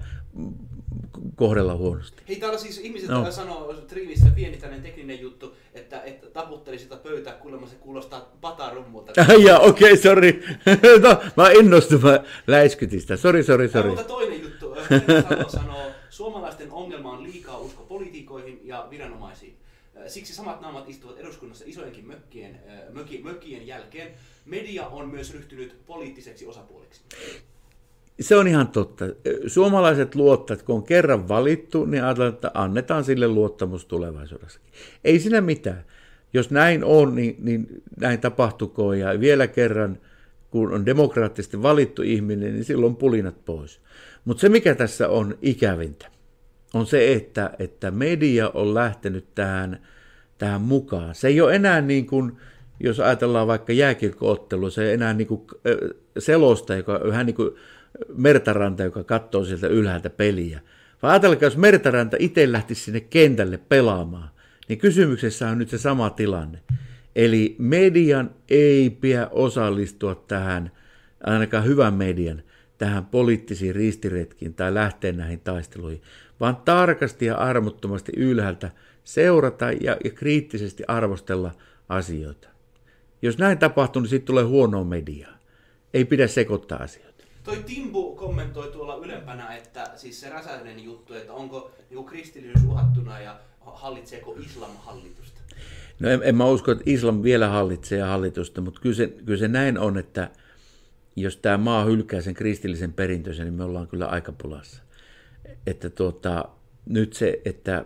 kohdella huonosti. Hei, täällä siis ihmiset sanoo Trivissä pieni tällainen tekninen juttu, että taputteli sitä pöytää, kuulemma se kuulostaa patarummulta. Okei, sori. No, mä innostun, mä läiskytin sitä. Sori. Mutta toinen juttu, sanoo, suomalaisten ongelma on liikaa usko poliitikoihin ja viranomaisiin. Siksi samat naamat istuvat eduskunnassa isojenkin mökkien jälkeen. Media on myös ryhtynyt poliittiseksi osapuoleksi. Se on ihan totta. Suomalaiset luottavat, kun on kerran valittu, niin ajatellaan, että annetaan sille luottamus tulevaisuudessakin. Ei siinä mitään. Jos näin on, niin näin tapahtukoon. Ja vielä kerran, kun on demokraattisesti valittu ihminen, niin silloin pulinat pois. Mutta se, mikä tässä on ikävintä, on se, että media on lähtenyt tähän mukaan. Se ei ole enää niin kuin, jos ajatellaan vaikka jääkiekko-ottelua, se ei enää niin kuin selosta, joka on vähän niin kuin Mertaranta, joka katsoo sieltä ylhäältä peliä. Vaan ajatelkaa, jos Mertaranta itse lähtisi sinne kentälle pelaamaan, niin kysymyksessä on nyt se sama tilanne. Eli median ei pidä osallistua tähän, ainakaan hyvän median, tähän poliittisiin ristiretkiin tai lähteä näihin taisteluihin, vaan tarkasti ja armottomasti ylhäältä seurata ja kriittisesti arvostella asioita. Jos näin tapahtuu, niin sitten tulee huonoa mediaa. Ei pidä sekoittaa asioita. Toi Timbu kommentoi tuolla ylempänä, että siis se Räsänen juttu, että onko niin kristillisyys uhattuna ja hallitseeko islam hallitusta? No en mä usko, että islam vielä hallitsee hallitusta, mutta kyllä se näin on, että jos tämä maa hylkää sen kristillisen perintönsä, niin me ollaan kyllä aika pulassa. Että nyt se,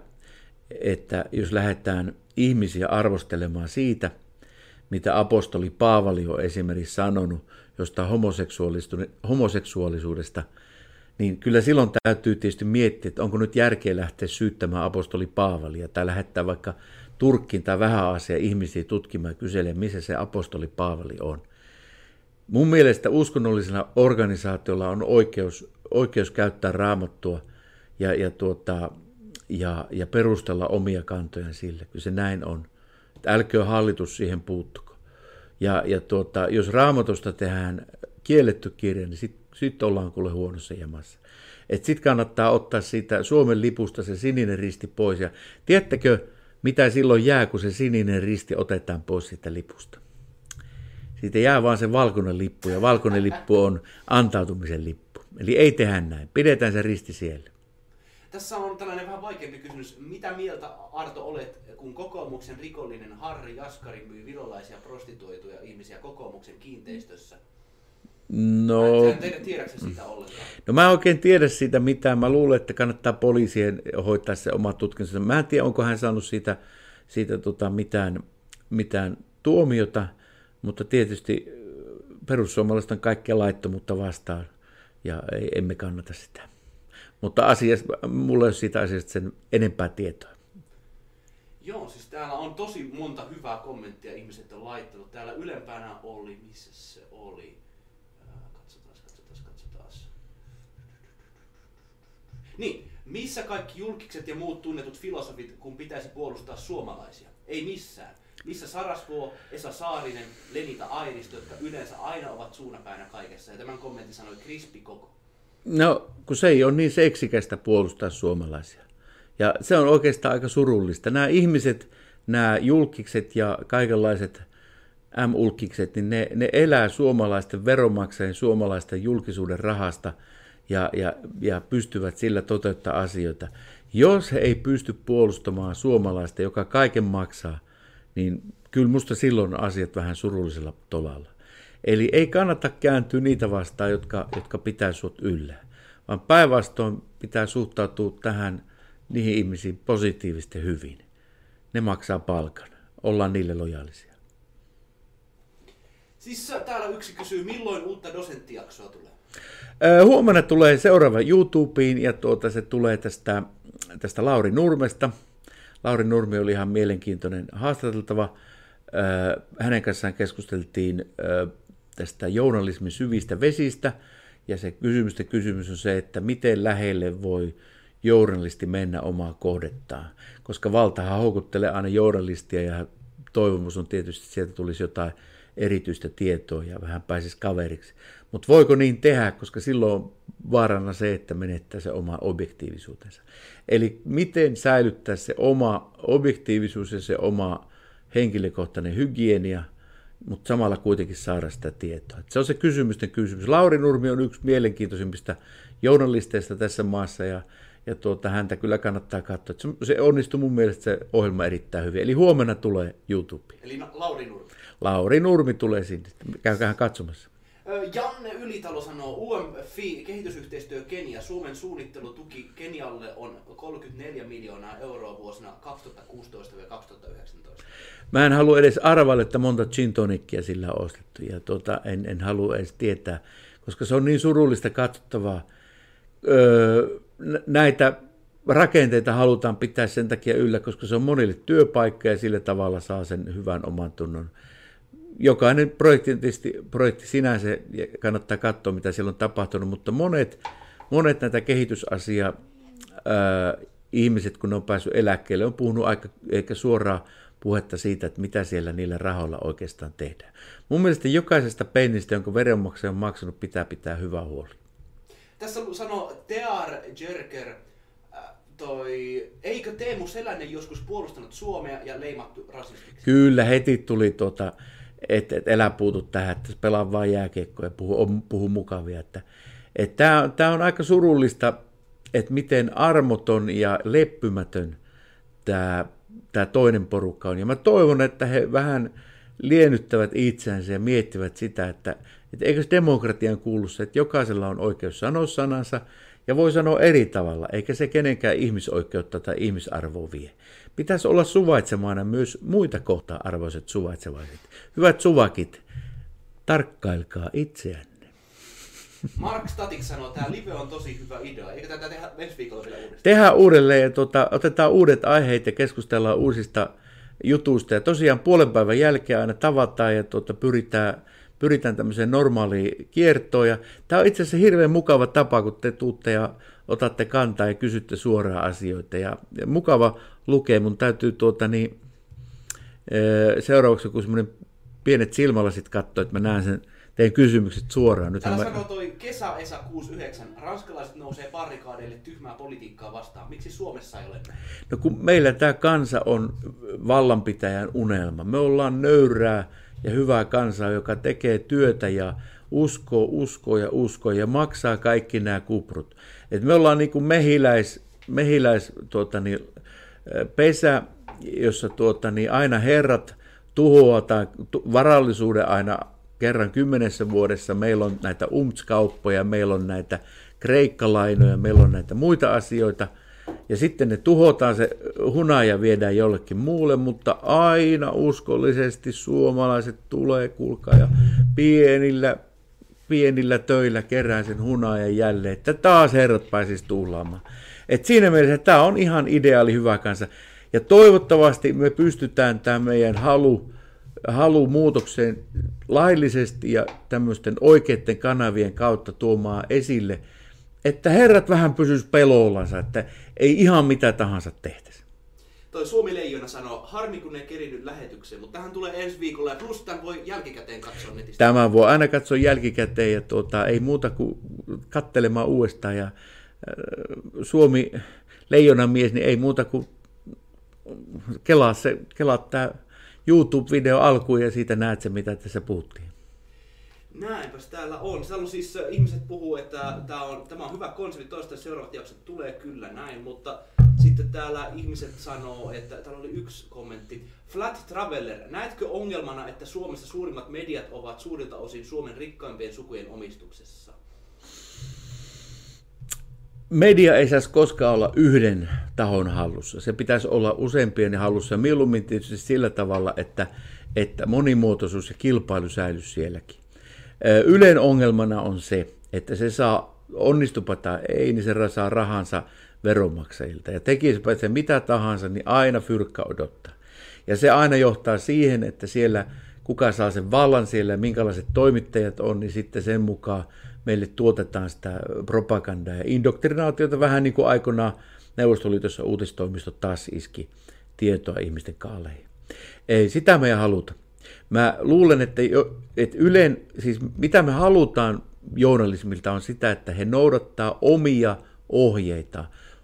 että jos lähdetään ihmisiä arvostelemaan siitä, mitä apostoli Paavali on esimerkiksi sanonut jostain homoseksuaalisuudesta, niin kyllä silloin täytyy tietysti miettiä, että onko nyt järkeä lähteä syyttämään apostoli Paavalia tai lähettää vaikka Turkkiin tai Vähä-Aasiaan ihmisiä tutkimaan ja kyselemään, missä se apostoli Paavali on. Mun mielestä uskonnollisella organisaatiolla on oikeus käyttää Raamattua ja perustella omia kantojaan sille. Kyllä se näin on. Älköön hallitus siihen puuttuko. Jos Raamatusta tehdään kielletty kirja, niin sitten ollaan kuule huonossa jamassa. Sitten kannattaa ottaa siitä Suomen lipusta se sininen risti pois. Ja tiedättekö, mitä silloin jää, kun se sininen risti otetaan pois siitä lipusta? Siitä jää vaan se valkoinen lippu, ja valkoinen lippu on antautumisen lippu. Eli ei tehdä näin, pidetään se risti siellä. Tässä on tällainen vähän vaikeampi kysymys. Mitä mieltä, Arto, olet, kun kokoomuksen rikollinen Harri Jaskari myy virolaisia prostituoituja ihmisiä kokoomuksen kiinteistössä? No, tiedätkö siitä ollenkaan? No mä en oikein tiedä siitä mitään. Mä luulen, että kannattaa poliisien hoitaa se oma tutkinsa. Mä en tiedä, onko hän saanut siitä mitään tuomiota, mutta tietysti perussuomalaiset on kaikkea laittomuutta vastaan ja emme kannata sitä. Mutta mulla ei ole siitä asiasta sen enempää tietoa. Joo, siis täällä on tosi monta hyvää kommenttia ihmiset on laittanut. Täällä ylempänä oli, missä se oli? Katsotaan. Niin, missä kaikki julkikset ja muut tunnetut filosofit, kun pitäisi puolustaa suomalaisia? Ei missään. Missä Sarasvuo, Esa Saarinen, Lenita Airisto, jotka yleensä aina ovat suunapäinä kaikessa. Ja tämän kommentin sanoi Krispi Koko. No, kun se ei ole niin seksikästä puolustaa suomalaisia. Ja se on oikeastaan aika surullista. Nämä ihmiset, nämä julkikset ja kaikenlaiset M-ulkikset, niin ne elää suomalaisten veronmaksajien, suomalaisten julkisuuden rahasta ja pystyvät sillä toteuttaa asioita. Jos he ei pysty puolustamaan suomalaista, joka kaiken maksaa, niin kyllä musta silloin on asiat vähän surullisella tolalla. Eli ei kannata kääntyä niitä vastaan, jotka pitää sut yllä, vaan päinvastoin pitää suhtautua niihin ihmisiin positiivisesti hyvin. Ne maksaa palkan. Ollaan niille lojaalisia. Siis täällä yksi kysyy, milloin uutta dosenttijaksoa tulee? Huomenna tulee seuraava YouTubeen ja se tulee tästä Lauri Nurmesta. Lauri Nurmi oli ihan mielenkiintoinen haastateltava. Hänen kanssaan keskusteltiin tästä journalismin syvistä vesistä, ja se kysymys on se, että miten lähelle voi journalisti mennä omaa kohdettaan, koska valtahan houkuttelee aina journalistia, ja toivomus on tietysti, että sieltä tulisi jotain erityistä tietoa ja vähän pääsisi kaveriksi. Mutta voiko niin tehdä, koska silloin on vaarana se, että menettää se oma objektiivisuutensa. Eli miten säilyttää se oma objektiivisuus ja se oma henkilökohtainen hygienia, mutta samalla kuitenkin saada sitä tietoa. Se on se kysymysten kysymys. Lauri Nurmi on yksi mielenkiintoisimmista journalisteista tässä maassa, ja häntä kyllä kannattaa katsoa. Se onnistui mun mielestä se ohjelma erittäin hyvin. Eli huomenna tulee YouTubeen. Eli Lauri Nurmi. Lauri Nurmi tulee sinne. Käykää katsomassa. Janne Ylitalo sanoo, UMFI, kehitysyhteistyö Kenia, Suomen suunnittelutuki Kenialle on 34 miljoonaa euroa vuosina 2016-2019. Mä en halua edes arvailla, että monta gin tonickia sillä on ostettu, ja en halua edes tietää, koska se on niin surullista katsottavaa. Näitä rakenteita halutaan pitää sen takia yllä, koska se on monille työpaikka ja sillä tavalla saa sen hyvän oman tunnon. Jokainen projekti sinänsä kannattaa katsoa, mitä siellä on tapahtunut, mutta monet näitä kehitysasia ihmiset, kun ne on päässyt eläkkeelle, on puhunut eikä suoraa puhetta siitä, että mitä siellä niillä rahoilla oikeastaan tehdään. Mun mielestä jokaisesta pennistä, jonka veronmaksaja on maksanut, pitää hyvä huoli. Tässä sanoo Tear Jerker, eikö Teemu Selänen joskus puolustanut Suomea ja leimattu rasistiksi? Kyllä, heti tuli että älä puutu tähän, että pelaa vaan jääkiekkoa ja puhu mukavia. Tämä on aika surullista, että miten armoton ja leppymätön tämä toinen porukka on. Ja mä toivon, että he vähän liennyttävät itseänsä ja miettivät sitä, että eikö demokratian kuulu se, että jokaisella on oikeus sanoa sanansa ja voi sanoa eri tavalla, eikä se kenenkään ihmisoikeutta tai ihmisarvoa vie. Pitäisi olla suvaitsemana myös muita kohtaa, arvoiset suvaitsevaiset. Hyvät suvakit, tarkkailkaa itseänne. Mark Static sanoo, että tämä live on tosi hyvä idea. Eikö tätä tehdä ensi viikolla vielä uudestaan? Tehdään uudelleen ja otetaan uudet aiheet ja keskustellaan uusista jutuista. Ja tosiaan puolen päivän jälkeen aina tavataan ja pyritään tämmöiseen normaaliin kiertoon. Ja tämä on itse asiassa hirveän mukava tapa, kun te tuutte ja otatte kantaa ja kysytte suoraan asioita. Ja mukava lukea. Mun täytyy seuraavaksi joku semmoinen pienet silmälasit katsoa, että mä näen sen teidän kysymykset suoraan. Täällä sanoo toi Esa 69, ranskalaiset nousee barrikaadeille tyhmää politiikkaa vastaan. Miksi Suomessa ei ole näin? No kun meillä tämä kansa on vallanpitäjän unelma. Me ollaan nöyrää ja hyvää kansaa, joka tekee työtä ja uskoo ja maksaa kaikki nämä kuprut. Et me ollaan niin kuin mehiläis pesä, jossa aina herrat tuhoataan varallisuuden aina kerran 10 vuodessa. Meillä on näitä kauppoja, meillä on näitä kreikkalainoja, meillä on näitä muita asioita. Ja sitten ne tuhotaan, se hunaja viedään jollekin muulle, mutta aina uskollisesti suomalaiset tulee, kuulkaa, ja pienillä töillä kerään sen hunajan jälleen, että taas herrat pääsisi tuhlaamaan. Et siinä mielessä tämä on ihan ideaali hyvä kansa. Ja toivottavasti me pystytään tämä meidän halu muutokseen laillisesti ja tämmöisten oikeiden kanavien kautta tuomaan esille, että herrat vähän pysyis pelollansa, että ei ihan mitä tahansa tehtäisi. Toi Suomi Leijona sanoo, harmi kun ei kerinyt lähetykseen, mutta tähän tulee ensi viikolla ja plus tämän voi jälkikäteen katsoa netistä. Tämä voi aina katsoa jälkikäteen ja ei muuta kuin katselemaan uudestaan. Ja Suomi Leijonan mies, niin ei muuta kuin kelaa tämä YouTube-video alkuun ja siitä näet se, mitä tässä puhuttiin. Näinpäs täällä on. Täällä on siis ihmiset puhuu, että tämä on hyvä konsepti, toivottavasti seuraavat jaksot tulee kyllä näin, mutta sitten täällä ihmiset sanoo, että täällä oli yksi kommentti. Flat Traveler, näetkö ongelmana, että Suomessa suurimmat mediat ovat suurilta osin Suomen rikkaimpien sukujen omistuksessa? Media ei saisi koskaan olla yhden tahon hallussa. Se pitäisi olla useampien hallussa. Mieluummin tietysti sillä tavalla, että monimuotoisuus ja kilpailu säilyisi sielläkin. Ylen ongelmana on se, että se saa, onnistupa tai ei, niin se saa rahansa veronmaksajilta. Ja tekisipä se mitä tahansa, niin aina fyrkka odottaa. Ja se aina johtaa siihen, että siellä kuka saa sen vallan siellä ja minkälaiset toimittajat on, niin sitten sen mukaan meille tuotetaan sitä propagandaa ja indoktrinaatiota, vähän niin kuin aikoinaan Neuvostoliitossa uutistoimisto taas iski tietoa ihmisten kaaleihin. Ei, sitä me ei haluta. Mä luulen, että Ylen, siis mitä me halutaan journalismilta on sitä, että he noudattaa omia ohjeita.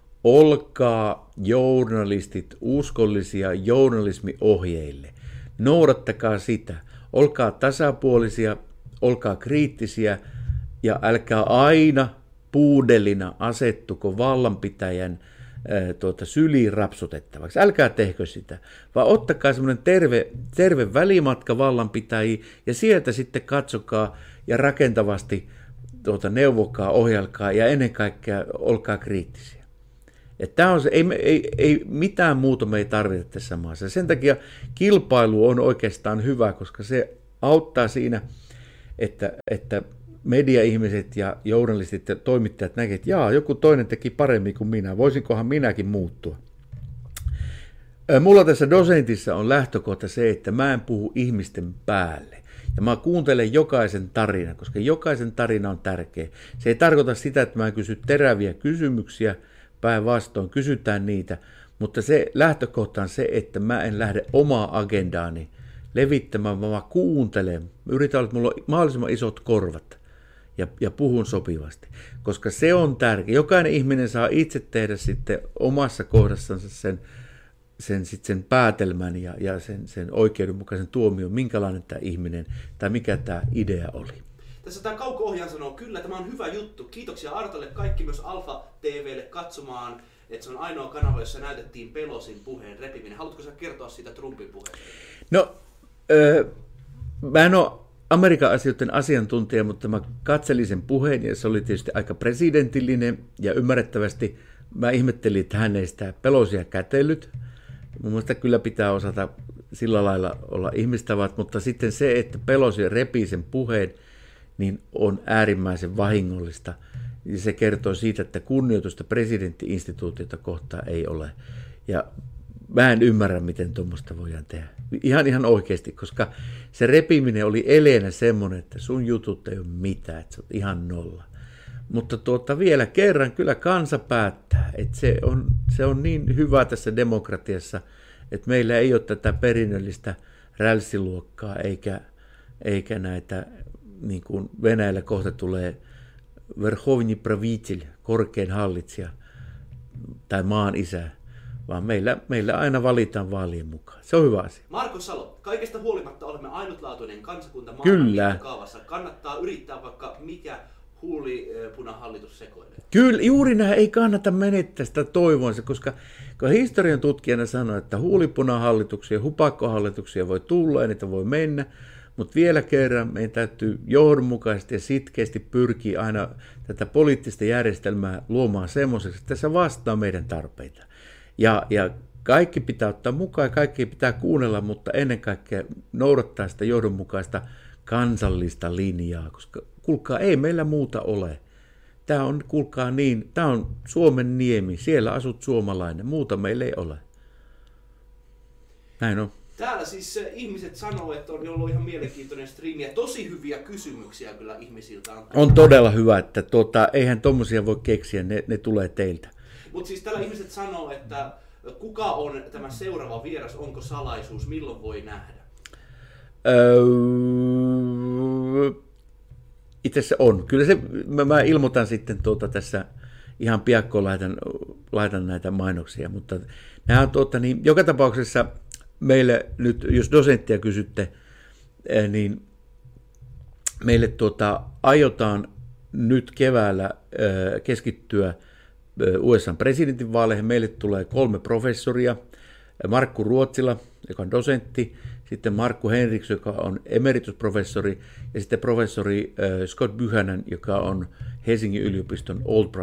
Olkaa journalistit uskollisia journalismiohjeille. Noudattakaa sitä. Olkaa tasapuolisia, olkaa kriittisiä ja älkää aina puudelina asettuko vallanpitäjän syliin rapsutettavaksi. Älkää tehkö sitä, vaan ottakaa semmoinen terve välimatka vallanpitäjiin ja sieltä sitten katsokaa ja rakentavasti neuvokaa, ohjalkaa ja ennen kaikkea olkaa kriittisiä. Tämä on se, ei mitään muuta me ei tarvita tässä maassa. Sen takia kilpailu on oikeastaan hyvä, koska se auttaa siinä, että media-ihmiset ja journalistit ja toimittajat näkevät, että joku toinen teki paremmin kuin minä, voisinkohan minäkin muuttua. Mulla tässä dosentissa on lähtökohta se, että mä en puhu ihmisten päälle. Ja mä kuuntelen jokaisen tarinan, koska jokaisen tarina on tärkeä. Se ei tarkoita sitä, että mä en kysy teräviä kysymyksiä, päinvastoin kysytään niitä, mutta se lähtökohta on se, että mä en lähde omaa agendaani levittämään, vaan mä kuuntelen. Yritän olla, että mulla on mahdollisimman isot korvat ja puhun sopivasti, koska se on tärkeä. Jokainen ihminen saa itse tehdä sitten omassa kohdassansa sen päätelmän ja sen oikeudenmukaisen tuomion, minkälainen tämä ihminen tai mikä tämä idea oli. Tässä tämä Kauko-ohjaaja sanoo, kyllä tämä on hyvä juttu. Kiitoksia Artolle, kaikki myös Alfa TVlle katsomaan, että se on ainoa kanava, jossa näytettiin Pelosin puheen repiminen. Haluatko sä kertoa siitä Trumpin puheesta? No, mä en ole Amerikan asioiden asiantuntija, mutta mä katselin sen puheen ja se oli tietysti aika presidentillinen ja ymmärrettävästi mä ihmettelin, että hän ei sitä Pelosia kätellyt. Mun mielestä kyllä pitää osata sillä lailla olla ihmistavat, mutta sitten se, että Pelosi repii sen puheen, niin on äärimmäisen vahingollista. Ja se kertoo siitä, että kunnioitusta presidentti-instituutiota kohtaan ei ole. Ja mä en ymmärrä, miten tuommoista voidaan tehdä. Ihan oikeasti, koska se repiminen oli eleenä semmoinen, että sun jutut ei ole mitään, että se on ihan nolla. Mutta vielä kerran kyllä kansa päättää, että se on niin hyvä tässä demokratiassa, että meillä ei ole tätä perinnöllistä rälssiluokkaa, eikä näitä, niin kuin Venäjällä kohta tulee Verkhovny Pravitelj, korkein hallitsija tai maan isä, vaan meillä aina valitaan vaalien mukaan. Se on hyvä asia. Marko Salo, kaikesta huolimatta olemme ainutlaatuinen kansakunta Kyllä. mittakaavassa. Kannattaa yrittää vaikka mikä huulipunahallitus sekoilee. Kyllä, juuri näin ei kannata menettää sitä toivonsa, koska historian tutkijana sanoo, että huulipunahallituksia, hupakkohallituksia voi tulla ja niitä voi mennä, mutta vielä kerran meidän täytyy johdonmukaisesti ja sitkeästi pyrkiä aina tätä poliittista järjestelmää luomaan semmoiseksi, että se vastaa meidän tarpeita. Ja kaikki pitää ottaa mukaan ja kaikki pitää kuunnella, mutta ennen kaikkea noudattaa sitä johdonmukaista kansallista linjaa, koska kuulkaa, ei meillä muuta ole. Tämä on, kuulkaa niin, tämä on Suomen niemi, siellä asut suomalainen, muuta meillä ei ole. Näin on. Täällä siis ihmiset sanoo, että on ollut ihan mielenkiintoinen striimi ja tosi hyviä kysymyksiä kyllä ihmisiltä. On todella hyvä, että eihän tommosia voi keksiä, ne tulee teiltä. Mutta siis täällä ihmiset sanoo, että kuka on tämä seuraava vieras, onko salaisuus, milloin voi nähdä? Itse asiassa on. Kyllä se, mä ilmoitan sitten tässä ihan piakkoon laitan näitä mainoksia, mutta nämä on niin, joka tapauksessa meille nyt, jos dosenttia kysytte, niin meille aiotaan nyt keväällä keskittyä USA:n presidentinvaaleihin. Meille tulee 3 professoria, Markku Ruotsila, joka on dosentti, sitten Markku Henriks, joka on emeritusprofessori, ja sitten professori Scott Buchanan, joka on Helsingin yliopiston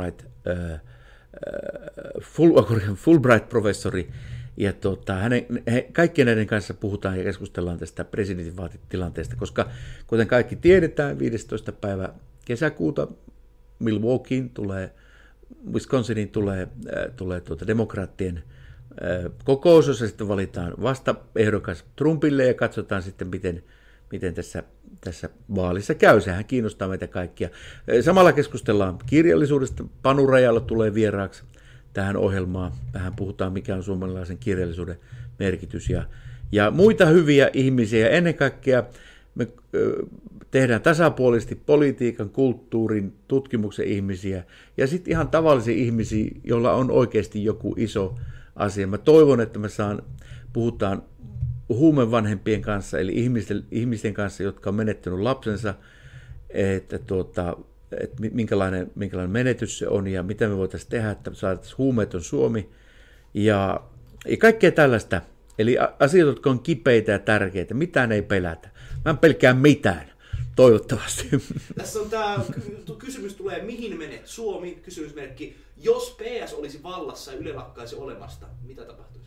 Fulbright-professori. Ja kaikkien näiden kanssa puhutaan ja keskustellaan tästä presidentinvaalitilanteesta, koska kuten kaikki tiedetään, 15. päivä kesäkuuta Milwaukeein Wisconsiniin tulee demokraattien kokous, jossa sitten valitaan vastaehdokas Trumpille ja katsotaan sitten, miten tässä vaalissa käy. Sehän kiinnostaa meitä kaikkia. Samalla keskustellaan kirjallisuudesta. Panu Rajala tulee vieraaksi tähän ohjelmaan. Vähän puhutaan, mikä on suomalaisen kirjallisuuden merkitys ja muita hyviä ihmisiä. Ja ennen kaikkea me tehdään tasapuolisesti politiikan, kulttuurin, tutkimuksen ihmisiä ja sitten ihan tavallisia ihmisiä, joilla on oikeasti joku iso asia. Mä toivon, että puhutaan huumevanhempien kanssa, eli ihmisten kanssa, jotka on menettänyt lapsensa, että minkälainen menetys se on ja mitä me voitaisiin tehdä, että saataisiin huumeeton Suomi ja kaikkea tällaista. Eli asioita, jotka on kipeitä ja tärkeitä, mitään ei pelätä. Mä en pelkää mitään, toivottavasti. Tässä on tämä kysymys tulee, mihin menet Suomi, kysymysmerkki. Jos PS olisi vallassa ja Yle lakkaisi olemasta, mitä tapahtuisi?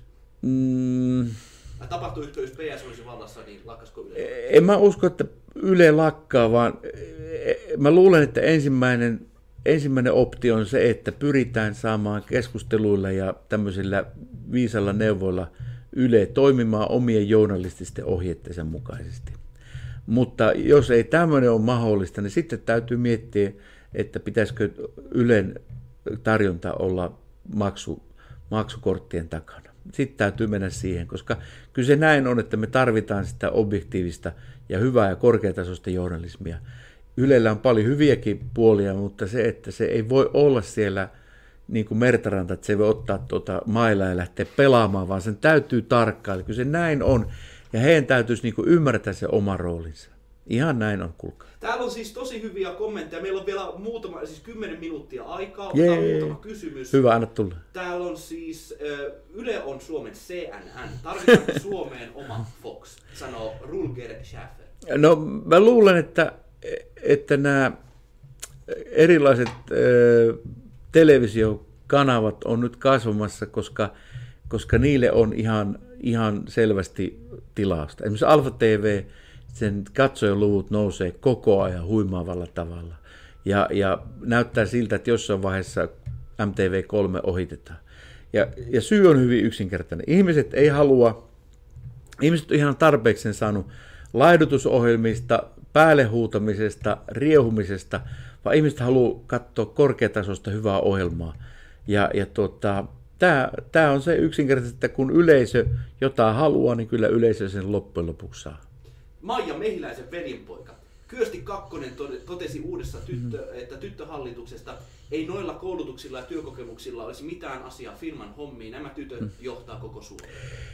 Tapahtuisiko, jos PS olisi vallassa, niin lakkaisiko Yle? En mä usko, että Yle lakkaa, vaan mä luulen, että ensimmäinen optio on se, että pyritään saamaan keskusteluilla ja tämmöisillä viisalla neuvoilla Yle toimimaan omien journalististen ohjeittensa mukaisesti. Mutta jos ei tämmöinen ole mahdollista, niin sitten täytyy miettiä, että pitäisikö Ylen tarjonta olla maksukorttien takana. Sitten täytyy mennä siihen, koska kyllä se näin on, että me tarvitaan sitä objektiivista ja hyvää ja korkeatasoista journalismia. Ylellä on paljon hyviäkin puolia, mutta se, että se ei voi olla siellä niin kuin Mertaranta, että se ei voi ottaa mailla ja lähteä pelaamaan, vaan sen täytyy tarkkailla. Kyllä se näin on, ja heidän täytyisi niin kuin ymmärtää se oma roolinsa. Ihan näin on, kuulkaa. Täällä on siis tosi hyviä kommentteja. Meillä on vielä 10 minuuttia aikaa. Otetaan muutama kysymys. Hyvä, anna tulla. Täällä on siis, Yle on Suomen CNN. Tarvitaanko Suomeen oma Fox, sanoo Rulger Schäfer. No mä luulen, että nämä erilaiset televisiokanavat on nyt kasvamassa, koska niille on ihan selvästi tilausta. Esimerkiksi Alfa TV, sen katsojaluvut nousee koko ajan huimaavalla tavalla. Ja näyttää siltä, että jossain vaiheessa MTV3 ohitetaan. Ja syy on hyvin yksinkertainen. Ihmiset on ihan tarpeeksi saanut laihdutusohjelmista, päälle huutamisesta, riehumisesta, vaan ihmiset haluaa katsoa korkeatasoista hyvää ohjelmaa. Tämä on se yksinkertaisesti, että kun yleisö jotain haluaa, niin kyllä yleisö sen loppujen lopuksi saa. Maija Mehiläisen veljenpoika. Kyösti Kakkonen totesi uudessa että tyttöhallituksesta ei noilla koulutuksilla ja työkokemuksilla olisi mitään asiaa firman hommiin. Nämä tytöt johtaa koko Suomea.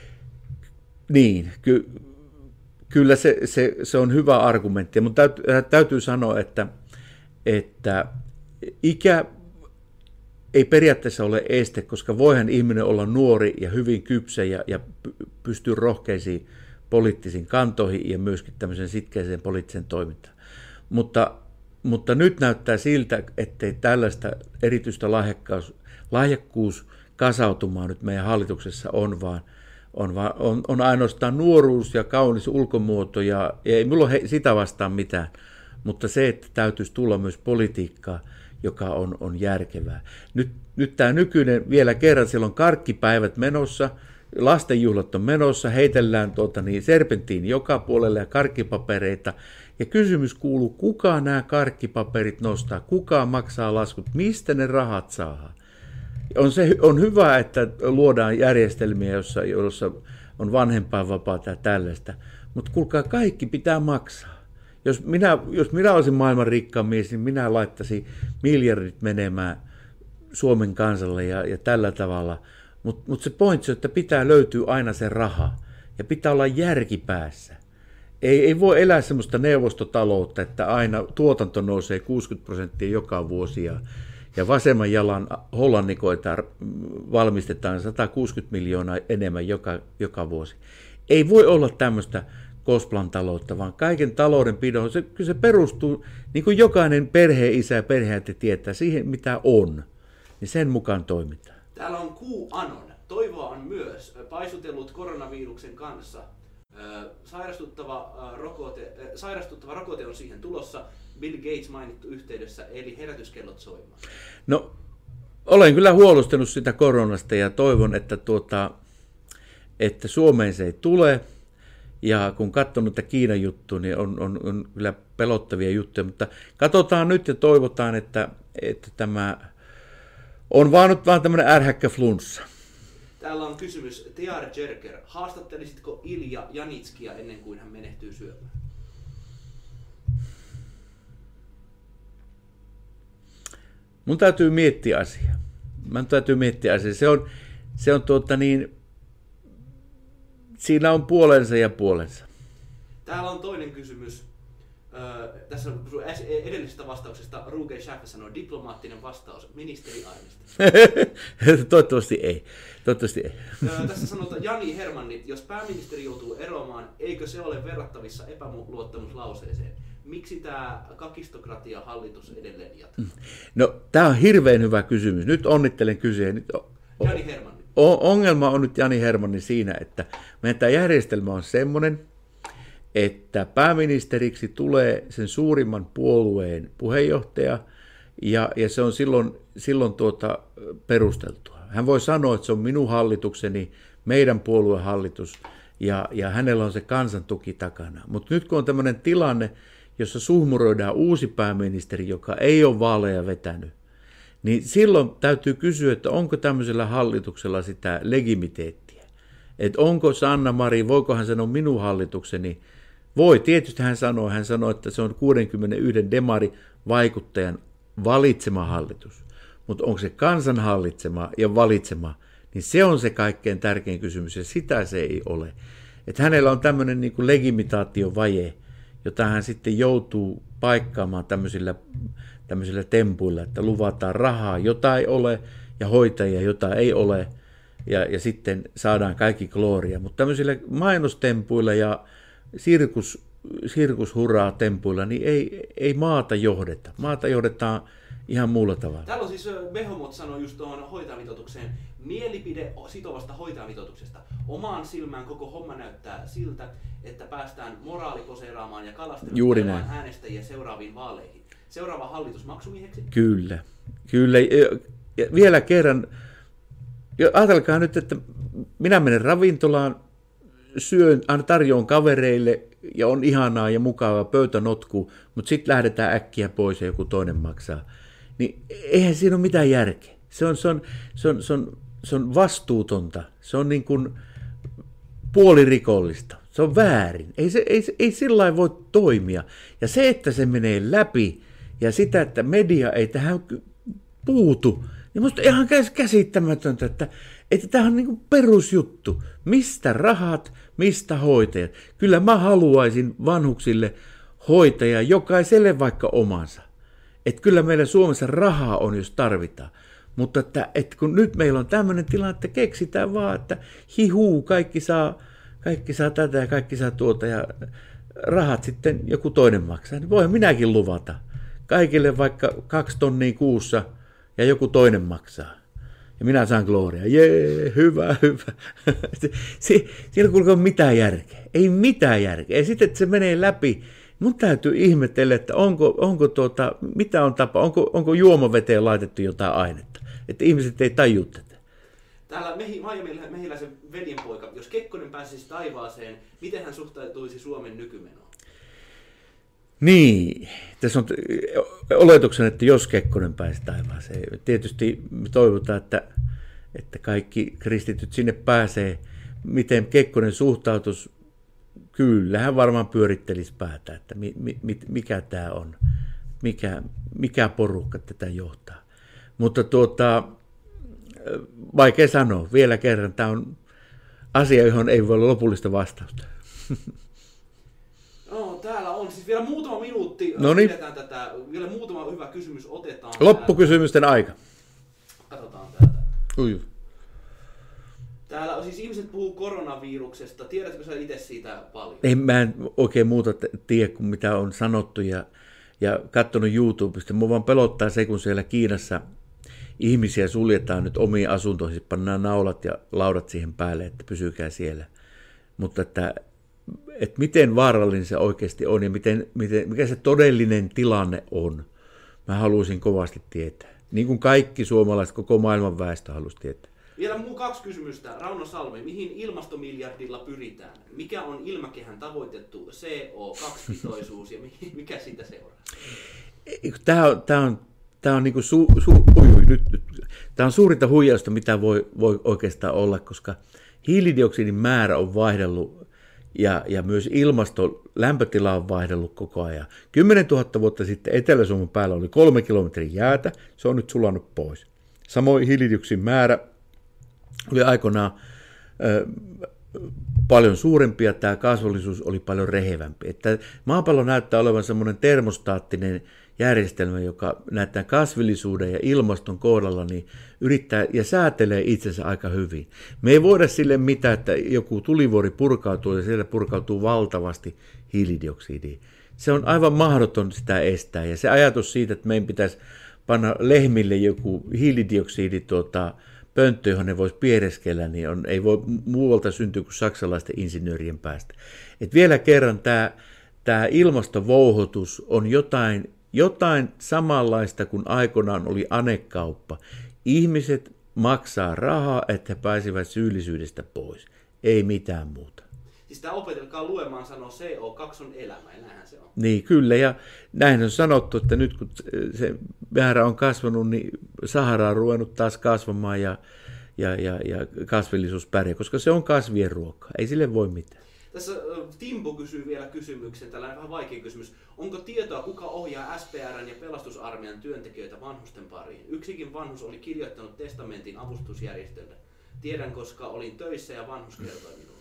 Niin, kyllä se on hyvä argumentti, mutta täytyy sanoa, että ikä ei periaatteessa ole este, koska voihan ihminen olla nuori ja hyvin kypsä ja pystyy rohkeisiin poliittisiin kantoihin ja myöskin tämmöiseen sitkeäseen poliittiseen toimintaan. Mutta nyt näyttää siltä, ettei tällaista erityistä lahjakkuus kasautumaan nyt meidän hallituksessa vaan on ainoastaan nuoruus ja kaunis ulkomuoto ja ei minulla ole sitä vastaan mitään, mutta se, että täytyisi tulla myös politiikkaa, joka on järkevää. Nyt tämä nykyinen, vielä kerran, siellä on karkkipäivät menossa, lastenjuhlat on menossa, heitellään serpenttiin joka puolelle ja karkkipapereita. Ja kysymys kuuluu, kuka nämä karkkipaperit nostaa, kuka maksaa laskut, mistä ne rahat saadaan. On hyvä, että luodaan järjestelmiä, joissa on vanhempainvapaata ja tällaista, mutta kuulkaa, kaikki pitää maksaa. Jos minä olisin maailman rikkaan mies, niin minä laittaisin miljardit menemään Suomen kansalle ja tällä tavalla. Mutta se pointti on, että pitää löytyä aina se raha ja pitää olla järki päässä. Ei voi elää semmoista neuvostotaloutta, että aina tuotanto nousee 60% joka vuosi ja vasemman jalan hollannikoita valmistetaan 160 miljoonaa enemmän joka vuosi. Ei voi olla tämmöistä Kosplan taloutta, vaan kaiken taloudenpidon, kyllä se perustuu, niin kuin jokainen perheenisä ja perheäiti tietää, siihen mitä on, niin sen mukaan toimitaan. Täällä on QAnon. Toivoa on myös paisutellut koronaviruksen kanssa. Sairastuttava rokote on siihen tulossa. Bill Gates mainittu yhteydessä, eli herätyskellot soimaan. No, olen kyllä huolestunut sitä koronasta ja toivon, että Suomeen se ei tule. Ja kun katsonut tätä Kiinan juttua, niin on kyllä pelottavia juttuja, mutta katsotaan nyt ja toivotaan, että tämä on vaan tämmöinen ärhäkkä flunssa. Täällä on kysymys. T.R. Jerker, haastattelisitko Ilja Janitskia ennen kuin hän menehtyy syöpään? Mun täytyy miettiä asiaa. Se on siinä on puolensa ja puolensa. Täällä on toinen kysymys. Tässä on edellisestä vastauksesta Ruge Schaffe sanoi diplomaattinen vastaus ministeri Ainesta. Toivottavasti ei. Tässä sanotaan Jani Hermanni, jos pääministeri joutuu eroamaan, eikö se ole verrattavissa epäluottamuslauseeseen? Miksi tämä kakistokratia-hallitus edelleen jatkuu? No, tämä on hirveän hyvä kysymys. Nyt onnittelen kysyjä. Jani Hermanni. Ongelma on nyt Jani Hermanni siinä, että meidän tämä järjestelmä on semmoinen, että pääministeriksi tulee sen suurimman puolueen puheenjohtaja, ja se on silloin perusteltua. Hän voi sanoa, että se on minun hallitukseni, meidän puolueen hallitus, ja hänellä on se kansan tuki takana. Mutta nyt kun on tämmöinen tilanne, jossa suhmuroidaan uusi pääministeri, joka ei ole vaaleja vetänyt, niin silloin täytyy kysyä, että onko tämmöisellä hallituksella sitä legitimiteettiä. Että onko Sanna-Marin, voiko hän sanoa minun hallitukseni? Voi, tietysti hän sanoo, että se on 61 demarivaikuttajan valitsema hallitus. Mutta onko se kansan hallitsema ja valitsema, niin se on se kaikkein tärkein kysymys, ja sitä se ei ole. Että hänellä on tämmöinen niin kuin legimitaatiovaje, jota hän sitten joutuu paikkaamaan tämmöisillä tempuilla, että luvataan rahaa, jota ei ole, ja hoitajia, jota ei ole, ja sitten saadaan kaikki glooria. Mutta tämmöisillä mainostempuilla ja sirkushurraa tempuilla, niin ei maata johdeta. Maata johdetaan ihan muulla tavalla. Täällä on siis Behomot sanoi just tuohon hoitajamitoitukseen, mielipide sitovasta hoitajamitoituksesta. Omaan silmään koko homma näyttää siltä, että päästään moraaliposeeraamaan ja kalastelemaan äänestäjiä seuraaviin vaaleihin. Seuraava hallitus maksumieheksi? Kyllä. Ja vielä kerran, ajatelkaa nyt, että minä menen ravintolaan, syön, aina tarjoan kavereille ja on ihanaa ja mukavaa pöytänotku, mutta sitten lähdetään äkkiä pois ja joku toinen maksaa. Niin eihän siinä ole mitään järkeä. Se on se on vastuutonta, se on niin kuin puolirikollista, se on väärin. Ei sillä lailla voi toimia. Ja se, että se menee läpi ja sitä, että media ei tähän puutu, niin minusta ihan käsittämätöntä, että tämä on niin kuin perusjuttu. Mistä rahat, mistä hoitajat? Kyllä mä haluaisin vanhuksille hoitajaa, jokaiselle vaikka omansa. Että kyllä meillä Suomessa rahaa on, jos tarvitaan. Mutta että kun nyt meillä on tämmöinen tilanne, että keksitään vaan, että kaikki saa tätä ja kaikki saa tuota ja rahat sitten joku toinen maksaa. Niin voin minäkin luvata. Kaikille vaikka 2 tonnia kuussa ja joku toinen maksaa. Ja minä saan gloriaa. Jee, hyvä. Siellä kuulkaa mitään järkeä. Ei mitään järkeä. Ja sitten, että se menee läpi. Mun täytyy ihmetellä, että mitä on tapa, onko juomaveteen laitettu jotain ainetta. Että ihmiset ei tajua tätä. Täällä Maija Mehiläisen veljenpoika, jos Kekkonen pääsisi taivaaseen, miten hän suhtautuisi Suomen nykymenoon? Niin, tässä on oletuksen, että jos Kekkonen pääsi taivaaseen. Tietysti me toivotaan, että kaikki kristityt sinne pääsee. Miten Kekkonen suhtautuisi? Kyllä, hän varmaan pyörittelisi päätä, että mikä tämä on, mikä porukka tätä johtaa. Mutta vaikea sanoa, vielä kerran, tämä on asia, johon ei voi olla lopullista vastausta. No, täällä on siis vielä muutama minuutti, pidetään tätä, vielä muutama hyvä kysymys otetaan. Loppukysymysten aika. Katsotaan täältä. Ui. Täällä on siis ihmiset puhuu koronaviruksesta. Tiedätkö sä itse siitä paljon? Mä en oikein muuta tiedä kuin mitä on sanottu ja katsonut YouTubesta. Mua vaan pelottaa se, kun siellä Kiinassa ihmisiä suljetaan nyt omiin asuntoihin, pannaan naulat ja laudat siihen päälle, että pysykää siellä. Mutta että miten vaarallinen se oikeasti on ja mikä se todellinen tilanne on, mä haluaisin kovasti tietää. Niin kuin kaikki suomalaiset, koko maailman väestö haluaisi tietää. Vielä 2 kysymystä. Rauno Salmi, mihin ilmastomiljardilla pyritään? Mikä on ilmakehän tavoitettu CO2-pitoisuus ja mikä siitä seuraa? Tämä on niinku tämä on suurinta huijausta, mitä voi oikeastaan olla, koska hiilidioksidin määrä on vaihdellut ja myös ilmaston lämpötila on vaihdellut koko ajan. 10 000 vuotta sitten Etelä-Suomen päällä oli 3 kilometrin jäätä, se on nyt sulanut pois. Samoin hiilidioksidin määrä oli aikoinaan paljon suurempi ja tämä kasvollisuus oli paljon rehevämpi. Että maapallo näyttää olevan semmoinen termostaattinen järjestelmä, joka näyttää kasvillisuuden ja ilmaston kohdalla niin yrittää ja säätelee itsensä aika hyvin. Me ei voida sille mitään, että joku tulivuori purkautuu ja siellä purkautuu valtavasti hiilidioksidia. Se on aivan mahdoton sitä estää ja se ajatus siitä, että meidän pitäisi panna lehmille joku hiilidioksidi pönttö, johon ne voisi piereskellä, niin ei voi muualta syntyä kuin saksalaisten insinöörien päästä. Et vielä kerran tämä ilmastovouhotus on jotain samanlaista kuin aikoinaan oli anekauppa. Ihmiset maksaa rahaa, että he pääsivät syyllisyydestä pois. Ei mitään muuta. Siis tämä opetelkaa luemaan sanoo CO2 on elämä, ja näinhän se on. Niin, kyllä, ja näin on sanottu, että nyt kun se määrä on kasvanut, niin Sahara on ruvennut taas kasvamaan ja kasvillisuus pärjää, koska se on kasvien ruokaa, ei sille voi mitään. Tässä Timpo kysyy vielä kysymyksen, tällainen vähän vaikea kysymys. Onko tietoa, kuka ohjaa SPR:n ja pelastusarmeijan työntekijöitä vanhusten pariin? Yksikin vanhus oli kirjoittanut testamentin avustusjärjestölle. Tiedän, koska olin töissä ja vanhus kertoi minulle.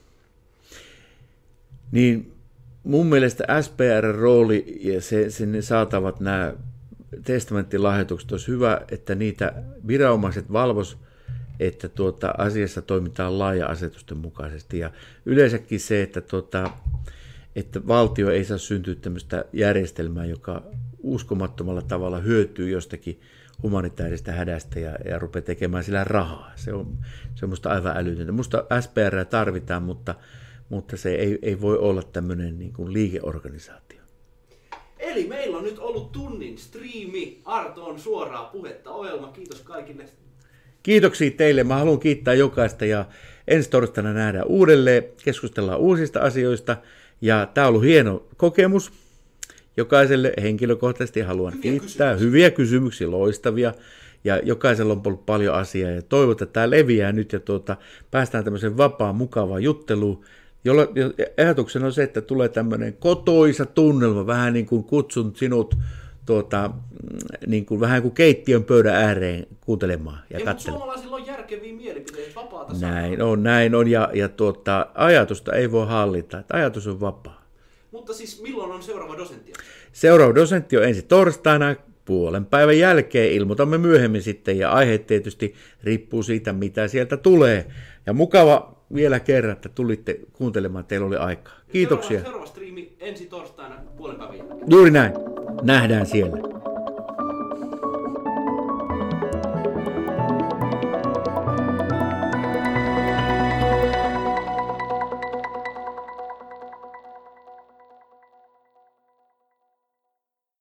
Niin mun mielestä SPR:n rooli ja sen saatavat nämä testamenttilahjoitukset olisi hyvä, että niitä viranomaiset valvos, että asiassa toimitaan laaja-asetusten mukaisesti. Ja yleensäkin se, että valtio ei saa syntyä tämmöistä järjestelmää, joka uskomattomalla tavalla hyötyy jostakin humanitaarista hädästä ja rupeaa tekemään sillä rahaa. Se on semmoista aivan älytöntä. Musta SPR tarvitaan, mutta se ei voi olla tämmöinen niin kuin liikeorganisaatio. Eli meillä on nyt ollut tunnin striimi Artoon suoraa puhetta ohjelma. Kiitos kaikille. Kiitoksia teille. Mä haluan kiittää jokaista ja ensi torstaina nähdään uudelleen. Keskustellaan uusista asioista ja tämä on ollut hieno kokemus. Jokaiselle henkilökohtaisesti haluan kiittää. Hyviä kysymyksiä, loistavia. ja jokaisella on ollut paljon asiaa, ja toivon, että tämä leviää nyt, ja päästään tämmöiseen vapaan, mukavaan jutteluun, jolla ajatuksena on se, että tulee tämmöinen kotoisa tunnelma, vähän niin kuin kutsun sinut niin kuin, vähän kuin keittiön pöydän ääreen kuuntelemaan ja katselemaan. Mutta suomalaisilla on järkeviä mielipiteitä, vapaata näin on, ja ajatusta ei voi hallita, että ajatus on vapaa. Mutta siis milloin on seuraava dosentti? Seuraava dosentti on ensi torstaina puolen päivän jälkeen, ilmoitamme myöhemmin sitten, ja aiheet tietysti riippuu siitä, mitä sieltä tulee. Ja mukava vielä kerran, että tulitte kuuntelemaan, teillä oli aikaa. Kiitoksia. Seuraava striimi ensi torstaina puolen päivän jälkeen. Juuri näin. Nähdään siellä.